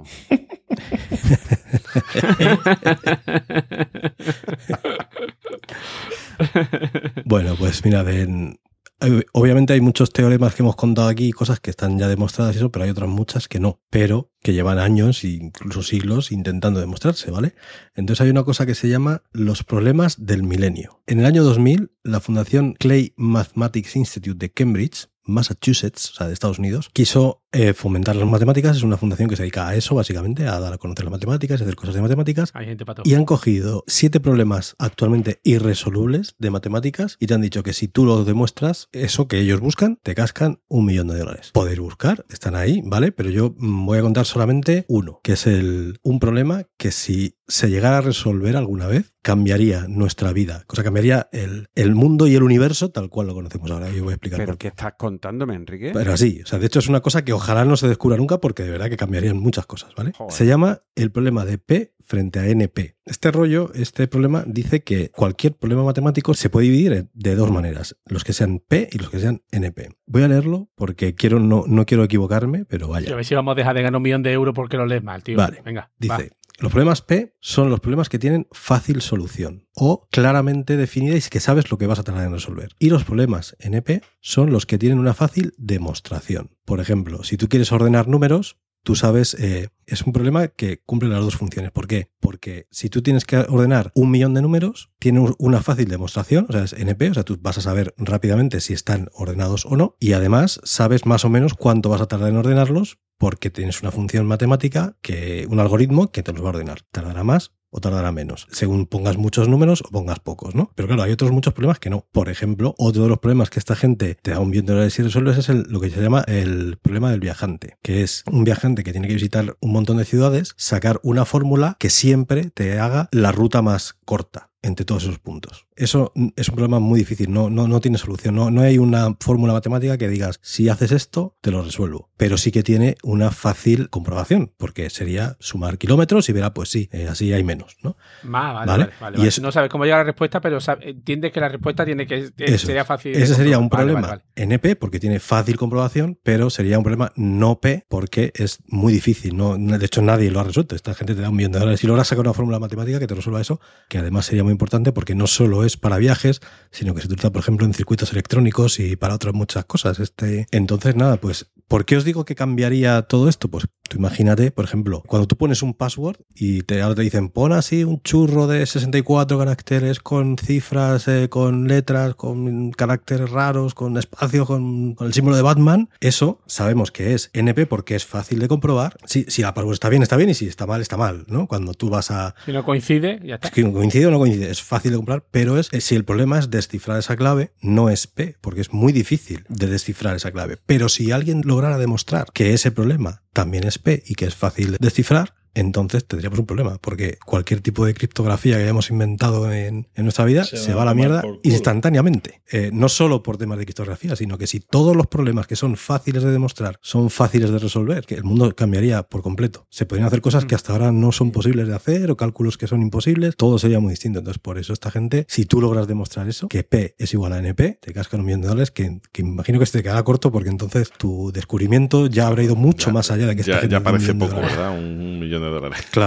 Speaker 2: Bueno, pues mirad, en- eh, obviamente hay muchos teoremas que hemos contado aquí, cosas que están ya demostradas y eso, pero hay otras muchas que no, pero que llevan años e incluso siglos intentando demostrarse, ¿vale? Entonces hay una cosa que se llama los problemas del milenio. En el año dos mil, la Fundación Clay Mathematics Institute de Cambridge, Massachusetts, o sea, de Estados Unidos, quiso eh, fomentar las matemáticas. Es una fundación que se dedica a eso, básicamente, a dar a conocer las matemáticas y hacer cosas de matemáticas.
Speaker 6: Hay gente para todo.
Speaker 2: Y han cogido siete problemas actualmente irresolubles de matemáticas y te han dicho que si tú lo demuestras, eso que ellos buscan, te cascan un millón de dólares. Podéis buscar, están ahí, ¿vale? Pero yo mm, voy a contar solamente uno, que es el, un problema que si se llegara a resolver alguna vez, cambiaría nuestra vida. O sea, cambiaría el, el mundo y el universo tal cual lo conocemos ahora. Yo voy a explicar
Speaker 3: ¿Pero
Speaker 2: por
Speaker 3: qué
Speaker 2: qué.
Speaker 3: estás contándome, Enrique?
Speaker 2: Pero así, o sea, de hecho es una cosa que ojalá no se descubra nunca porque de verdad que cambiarían muchas cosas, ¿vale?
Speaker 3: Joder.
Speaker 2: Se llama el problema de P frente a N P. Este rollo, este problema dice que cualquier problema matemático se puede dividir de dos maneras, los que sean P y los que sean N P. Voy a leerlo porque quiero no, no quiero equivocarme, pero
Speaker 6: Sí, a
Speaker 2: vaya.
Speaker 6: ver si vamos a dejar de ganar un millón de euros porque lo lees mal, tío.
Speaker 2: Vale.
Speaker 6: Venga,
Speaker 2: Dice,
Speaker 6: va.
Speaker 2: los problemas P son los problemas que tienen fácil solución o claramente definida y que sabes lo que vas a tardar en resolver. Y los problemas N P son los que tienen una fácil demostración. Por ejemplo, si tú quieres ordenar números, tú sabes, eh, es un problema que cumple las dos funciones. ¿Por qué? Porque si tú tienes que ordenar un millón de números, tiene una fácil demostración, o sea, es N P, o sea, tú vas a saber rápidamente si están ordenados o no, y además sabes más o menos cuánto vas a tardar en ordenarlos porque tienes una función matemática, que un algoritmo que te los va a ordenar. Tardará más o tardará menos, según pongas muchos números o pongas pocos, ¿no? Pero claro, hay otros muchos problemas que no. Por ejemplo, otro de los problemas que esta gente te da un millón de dólares y resuelves es el, lo que se llama el problema del viajante, que es un viajante que tiene que visitar un montón de ciudades, sacar una fórmula que siempre te haga la ruta más corta entre todos esos puntos. Eso es un problema muy difícil, no, no, no tiene solución, no, no hay una fórmula matemática que digas, si haces esto, te lo resuelvo. Pero sí que tiene una fácil comprobación, porque sería sumar kilómetros y verá, pues sí, eh, así hay menos, ¿no?
Speaker 6: Ma, vale,
Speaker 2: ¿Vale?
Speaker 6: vale, vale,
Speaker 2: Y
Speaker 6: vale.
Speaker 2: eso-
Speaker 6: No sabes cómo llegar a la respuesta, pero sabe- entiendes que la respuesta tiene que eh,
Speaker 2: Eso
Speaker 6: sería
Speaker 2: es.
Speaker 6: fácil. de
Speaker 2: Ese sería un
Speaker 6: comprobar. Vale,
Speaker 2: problema
Speaker 6: vale, vale.
Speaker 2: N P porque tiene fácil comprobación, pero sería un problema no P porque es muy difícil. No, de hecho, nadie lo ha resuelto. Esta gente te da un millón de dólares y logras sacar una fórmula matemática que te resuelva eso, que además sería muy importante porque no solo es para viajes, sino que se utiliza, por ejemplo, en circuitos electrónicos y para otras muchas cosas. Este, entonces, nada, pues, ¿por qué os digo que cambiaría todo esto? Pues tú imagínate, por ejemplo, cuando tú pones un password y te, ahora te dicen, pon así un churro de sesenta y cuatro caracteres con cifras, eh, con letras, con caracteres raros, con espacios, con, con el símbolo de Batman, eso sabemos que es N P porque es fácil de comprobar. Si, si la password está bien, está bien, y si está mal, está mal, ¿no? Cuando tú vas a...
Speaker 6: Si no coincide, ya está.
Speaker 2: Es que coincide o no coincide, es fácil de comprar, pero es, si el problema es descifrar esa clave, no es P, porque es muy difícil de descifrar esa clave. Pero si alguien lograra demostrar que ese problema también es P y que es fácil de descifrar, entonces tendríamos un problema, porque cualquier tipo de criptografía que hayamos inventado en, en nuestra vida se,
Speaker 5: Se
Speaker 2: va
Speaker 5: va
Speaker 2: a la
Speaker 5: a tomar
Speaker 2: mierda
Speaker 5: por culo.
Speaker 2: instantáneamente. Eh, no solo por temas de criptografía, sino que si todos los problemas que son fáciles de demostrar son fáciles de resolver, que el mundo cambiaría por completo. Se podrían hacer cosas que hasta ahora no son posibles de hacer o cálculos que son imposibles, todo sería muy distinto. Entonces, por eso esta gente, si tú logras demostrar eso, que P es igual a N P, te cascan un millón de dólares, que, que imagino que se te quedará corto porque entonces tu descubrimiento ya habrá ido mucho
Speaker 1: Ya-
Speaker 2: más allá de que esta
Speaker 1: Ya,
Speaker 2: gente
Speaker 1: ya
Speaker 2: te dé un
Speaker 1: parece
Speaker 2: millón de
Speaker 1: poco,
Speaker 2: dólares.
Speaker 1: ¿verdad? Un, un millón de dólares.
Speaker 2: Claro.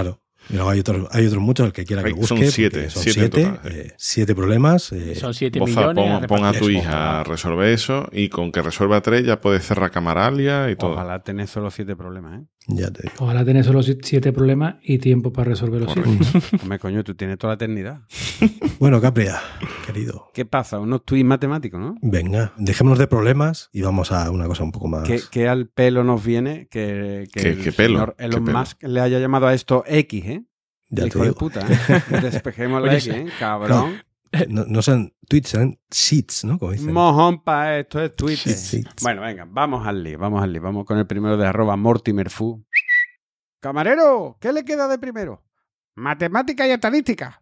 Speaker 2: Y luego hay otros, hay otros muchos, el que quiera que
Speaker 1: Hay-
Speaker 2: busque.
Speaker 1: son
Speaker 2: porque
Speaker 1: siete,
Speaker 2: Son
Speaker 1: siete en
Speaker 2: siete,
Speaker 1: total, sí.
Speaker 2: eh, siete problemas. eh,
Speaker 6: Son siete
Speaker 1: Boza,
Speaker 6: millones.
Speaker 1: pon,
Speaker 6: a
Speaker 1: pon a tu
Speaker 6: repartir.
Speaker 1: hija a resolver eso y con que resuelva tres ya puedes cerrar Camaralia y todo.
Speaker 3: Ojalá tenés solo siete problemas, ¿eh?
Speaker 2: ya te digo.
Speaker 4: Ojalá tener solo si- siete problemas y tiempo para resolver los siete.
Speaker 3: Hombre, coño, tú tienes toda la eternidad.
Speaker 2: Bueno, Capria, querido.
Speaker 3: ¿Qué pasa? Unos tweets matemáticos, ¿no?
Speaker 2: Venga, dejémonos de problemas y vamos a una cosa un poco más.
Speaker 3: ¿Qué, qué al pelo nos viene que, que
Speaker 1: ¿Qué-
Speaker 3: el
Speaker 1: qué pelo?
Speaker 3: señor Elon
Speaker 1: ¿Qué pelo?
Speaker 3: Musk le haya llamado a esto X, ¿eh?
Speaker 2: Ya te
Speaker 3: Hijo de
Speaker 2: digo.
Speaker 3: puta, ¿eh? Despejemos la
Speaker 6: Oye,
Speaker 3: X, ¿eh? Cabrón.
Speaker 2: No, no son tweets, son sheets, ¿no? Como dicen.
Speaker 3: Mojón pa' esto es Twitter.
Speaker 2: Sí.
Speaker 3: Bueno, venga, vamos al lío, vamos al lío. Vamos con el primero de arroba mortimerfu. Camarero, ¿qué le queda de primero? Matemática y estadística.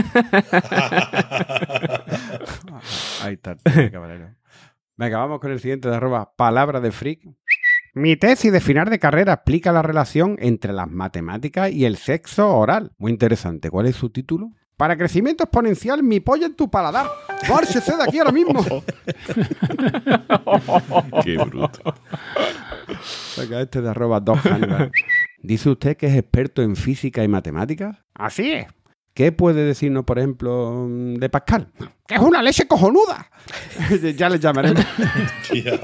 Speaker 3: Ahí está, el camarero. Venga, vamos con el siguiente de arroba palabra de freak. Mi tesis de final de carrera explica la relación entre las matemáticas y el sexo oral. Muy interesante. ¿Cuál es su título? Para crecimiento exponencial, mi polla en tu paladar. ¡Márchese de aquí ahora mismo!
Speaker 1: Qué bruto.
Speaker 3: Venga, este de arroba Doc Hannibal. ¿Dice usted que es experto en física y matemáticas? Así es. ¿Qué puede decirnos, por ejemplo, de Pascal? ¡Que es una leche cojonuda! Ya le llamaremos.
Speaker 5: Tía.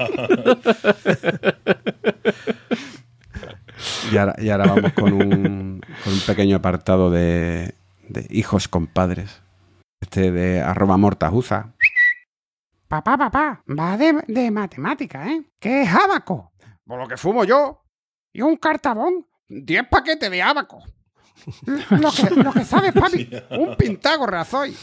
Speaker 3: Y ahora, y ahora vamos con un, con un pequeño apartado de, de hijos compadres. Este de arroba mortajuza. Papá, papá, va de, de matemática, ¿eh? ¿Qué es ábaco? Por lo que fumo yo. Y un cartabón. Diez paquetes de ábaco. Lo que, lo que sabes, papi. Un Pitágoras soy.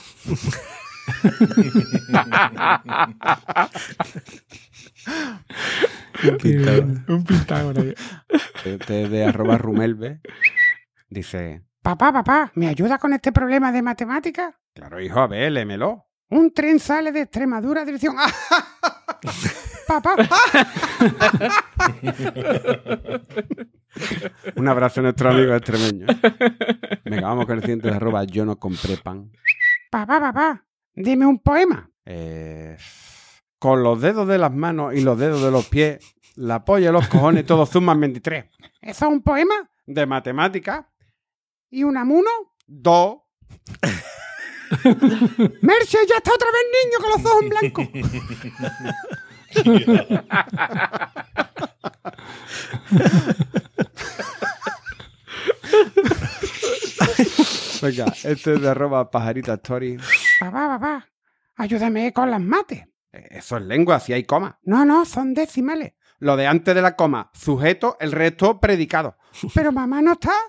Speaker 6: Un Pitágoras.
Speaker 3: Este de arroba rumelbe. Dice, papá, papá, ¿me ayuda con este problema de matemática? Claro, hijo, a ver, lémelo. Un tren sale de Extremadura dirección... papá. Un abrazo a nuestro amigo extremeño. Venga, vamos con el siguiente de arroba yo no compré pan. Papá, papá, dime un poema. Eh, con los dedos de las manos y los dedos de los pies, la polla y los cojones todos suman veintitrés. ¿Eso es un poema? De matemática. ¿Y un amuno? Dos. Merche, ya está otra vez niño con los ojos en blanco. Venga, este es de arroba pajarita story. Papá, papá, ayúdame con las mates. Eso es lengua, si hay coma. No, no, son decimales. Lo de antes de la coma, sujeto, el resto predicado. Pero mamá no está.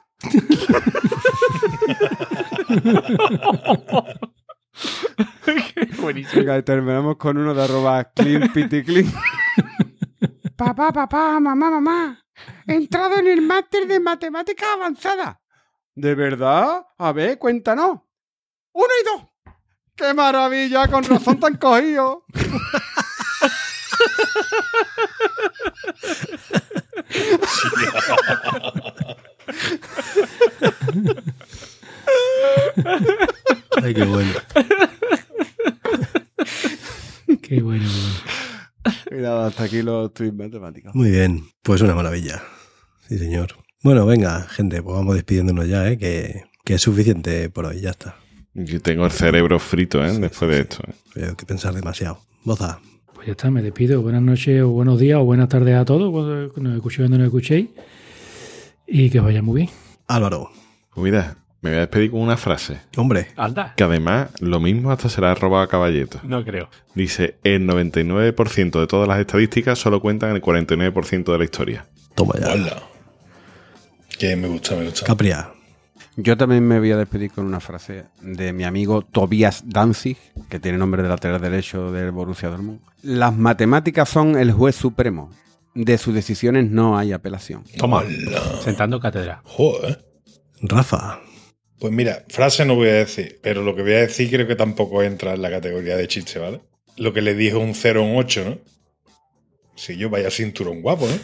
Speaker 6: Buenísimo.
Speaker 3: Venga, y terminamos con uno de arroba clean pity clean. Papá, papá, mamá, mamá. He entrado en el máster de matemáticas avanzadas. ¿De verdad? A ver, cuéntanos. Uno y dos. ¡Qué maravilla! Con razón tan cogido.
Speaker 2: Ay, qué bueno.
Speaker 4: Qué bueno, qué bueno.
Speaker 3: Mira, hasta aquí los tweets matemáticos.
Speaker 2: Muy bien, pues una maravilla. Sí, señor. Bueno, venga, gente, pues vamos despidiéndonos ya, ¿eh? que, que es suficiente por hoy, ya está.
Speaker 1: Yo tengo el cerebro frito, ¿eh?
Speaker 2: Sí,
Speaker 1: Después
Speaker 2: sí,
Speaker 1: de
Speaker 2: sí.
Speaker 1: esto. ¿eh?
Speaker 2: Hay que pensar demasiado. Boza.
Speaker 4: Pues ya está, me despido. Buenas noches o buenos días o buenas tardes a todos, cuando nos escuchéis o no nos escuchéis. Y que os vaya muy bien.
Speaker 2: Álvaro.
Speaker 1: Pues mira, me voy a despedir con una frase.
Speaker 2: Hombre,
Speaker 6: Anda.
Speaker 1: Que además, lo mismo hasta se la ha robado a Caballeto.
Speaker 6: No creo.
Speaker 1: Dice, el noventa y nueve por ciento de todas las estadísticas solo cuentan el cuarenta y nueve por ciento de la historia.
Speaker 2: toma ya.
Speaker 5: Hola. Que me gusta, me gusta.
Speaker 2: Capria.
Speaker 3: Yo también me voy a despedir con una frase de mi amigo Tobias Danzig, que tiene nombre de lateral derecho del Borussia Dortmund. Las matemáticas son el juez supremo. De sus decisiones no hay apelación.
Speaker 6: Toma.
Speaker 5: Hola.
Speaker 6: Sentando cátedra.
Speaker 5: Joder.
Speaker 2: Rafa.
Speaker 5: Pues mira, frase no voy a decir, pero lo que voy a decir creo que tampoco entra en la categoría de chiste, ¿vale? Lo que le dije un cero un ocho, ¿no? Si yo vaya cinturón guapo, ¿no?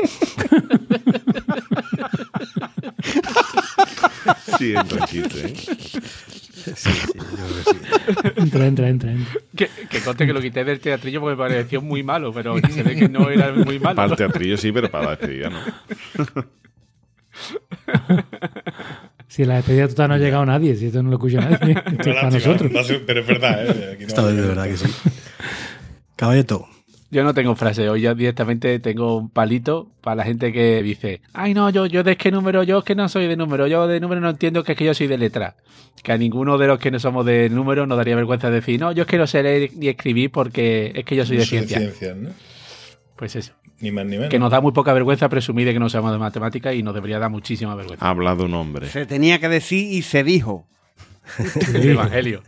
Speaker 1: Sí, entra chiste, ¿eh?
Speaker 2: Sí, sí, yo creo que sí.
Speaker 4: Entra, entra, entra, entra.
Speaker 6: Que, que conste que lo quité del teatrillo porque me pareció muy malo, pero se ve que no era muy malo.
Speaker 1: Para el teatrillo sí, pero para la despedida no.
Speaker 4: Si en la despedida total no ha llegado nadie, si esto no lo escucha nadie, esto es para nosotros.
Speaker 5: No sé, pero es verdad, ¿eh? Aquí no
Speaker 2: Esta vez de verdad que sí. Caballeto.
Speaker 6: Yo no tengo frase, hoy yo directamente tengo un palito para la gente que dice, ay no, yo, yo de qué número, yo es que no soy de número, yo de número no entiendo, que es que yo soy de letra. Que a ninguno de los que no somos de número nos daría vergüenza decir, no, yo es que no sé leer ni escribir porque es que yo soy de ciencia.
Speaker 5: De ciencias, ¿no?
Speaker 6: Pues eso.
Speaker 5: Ni más ni menos.
Speaker 6: Que nos da muy poca vergüenza presumir de que no sabemos de matemáticas y nos debería dar muchísima vergüenza.
Speaker 1: Ha hablado un hombre.
Speaker 3: Se tenía que decir y se dijo.
Speaker 6: El evangelio.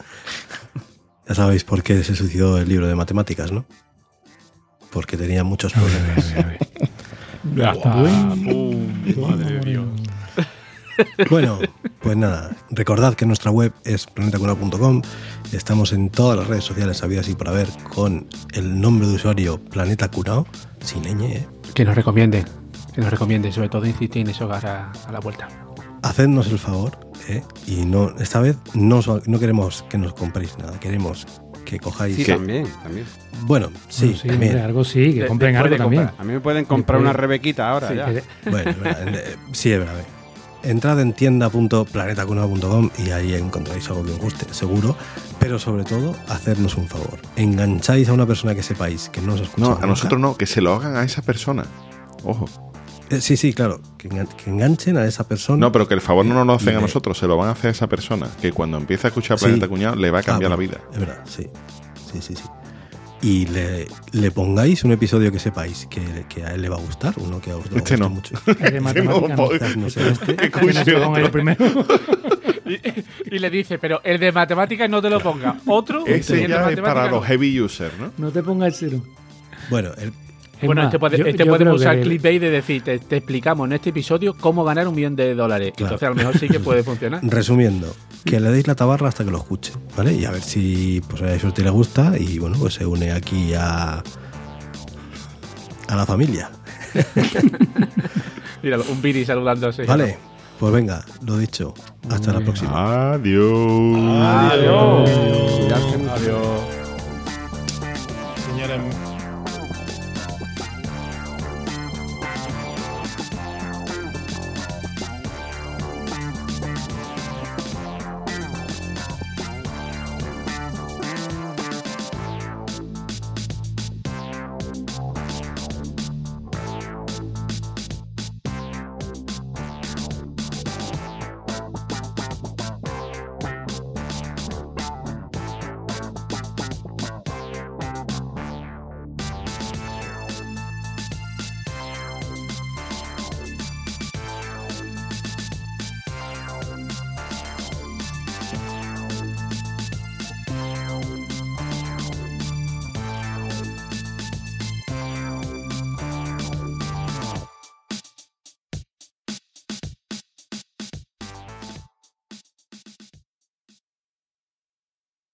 Speaker 2: Ya sabéis por qué se suicidó el libro de matemáticas, ¿no? Porque tenía muchos problemas.
Speaker 6: Ya está. Madre de Dios.
Speaker 2: Bueno, pues nada, recordad que nuestra web es planeta cunao punto com. Estamos en todas las redes sociales habidas y por haber con el nombre de usuario Planeta Cunao, sin ñ, ¿eh?
Speaker 6: Que nos recomienden, que nos recomienden, sobre todo insistir en eso a, a la vuelta.
Speaker 2: Hacednos el favor, ¿eh? Y no, esta vez no, no queremos que nos compréis nada, queremos que cojáis...
Speaker 3: Sí,
Speaker 2: que,
Speaker 3: también, también.
Speaker 2: Bueno, sí,
Speaker 4: Bueno, sí,
Speaker 2: también.
Speaker 4: hombre, algo sí, que
Speaker 3: De-
Speaker 4: compren
Speaker 3: después
Speaker 4: algo
Speaker 3: de
Speaker 4: también.
Speaker 3: comprar. A mí me pueden comprar
Speaker 4: Después-
Speaker 3: una Rebequita ahora
Speaker 4: Sí,
Speaker 3: ya.
Speaker 4: que-
Speaker 2: Bueno, es verdad, eh, sí, es verdad. a ver. Entrad en tienda punto planeta cunao punto com y ahí encontráis algo que os guste, seguro. Pero sobre todo, hacernos un favor. Engancháis a una persona que sepáis que no os escucha.
Speaker 1: No, a
Speaker 2: nunca.
Speaker 1: nosotros no, que se lo hagan a esa persona. Ojo.
Speaker 2: Eh, sí, sí, claro. Que, engan- que enganchen a esa persona.
Speaker 1: No, pero que el favor no nos lo hacen a
Speaker 2: Le-
Speaker 1: nosotros, se lo van a hacer a esa persona. Que cuando empiece a escuchar
Speaker 2: Sí.
Speaker 1: Planeta Cuñado le va a cambiar
Speaker 2: Ah,
Speaker 1: la
Speaker 2: bueno,
Speaker 1: vida.
Speaker 2: Es verdad, sí. Sí, sí, sí. Y le, le pongáis un episodio que sepáis que, que a él le va a gustar, uno que a vosotros
Speaker 1: Este
Speaker 2: os
Speaker 1: no.
Speaker 2: guste mucho.
Speaker 4: El de matemáticas no.
Speaker 2: Quizás no sea este.
Speaker 1: Que
Speaker 4: Que no se
Speaker 1: escuche
Speaker 4: lo ponga
Speaker 1: otro.
Speaker 4: yo primero.
Speaker 6: Y, y le dice, pero el de matemáticas no te lo ponga. Otro.
Speaker 1: Ese
Speaker 6: el de
Speaker 1: ya es
Speaker 6: matemáticas
Speaker 1: para
Speaker 6: no.
Speaker 1: los heavy users, ¿no?
Speaker 4: No te pongas el cero.
Speaker 2: Bueno, el,
Speaker 4: Es
Speaker 6: Bueno,
Speaker 4: más,
Speaker 6: este, puede-
Speaker 4: yo-
Speaker 6: este
Speaker 4: yo
Speaker 6: podemos
Speaker 4: creo
Speaker 6: usar
Speaker 4: que-
Speaker 6: clickbait de decir, te, te explicamos en este episodio cómo ganar un millón de dólares.
Speaker 2: Claro.
Speaker 6: Entonces a lo mejor sí que puede funcionar.
Speaker 2: resumiendo, que le deis la tabarra hasta que lo escuche, ¿vale? Y a ver si pues a eso te le gusta y bueno, pues se une aquí a a la familia.
Speaker 6: Mira, un Viri saludándose.
Speaker 2: Vale, pues venga, lo dicho. Hasta la próxima.
Speaker 1: Adiós.
Speaker 6: Adiós.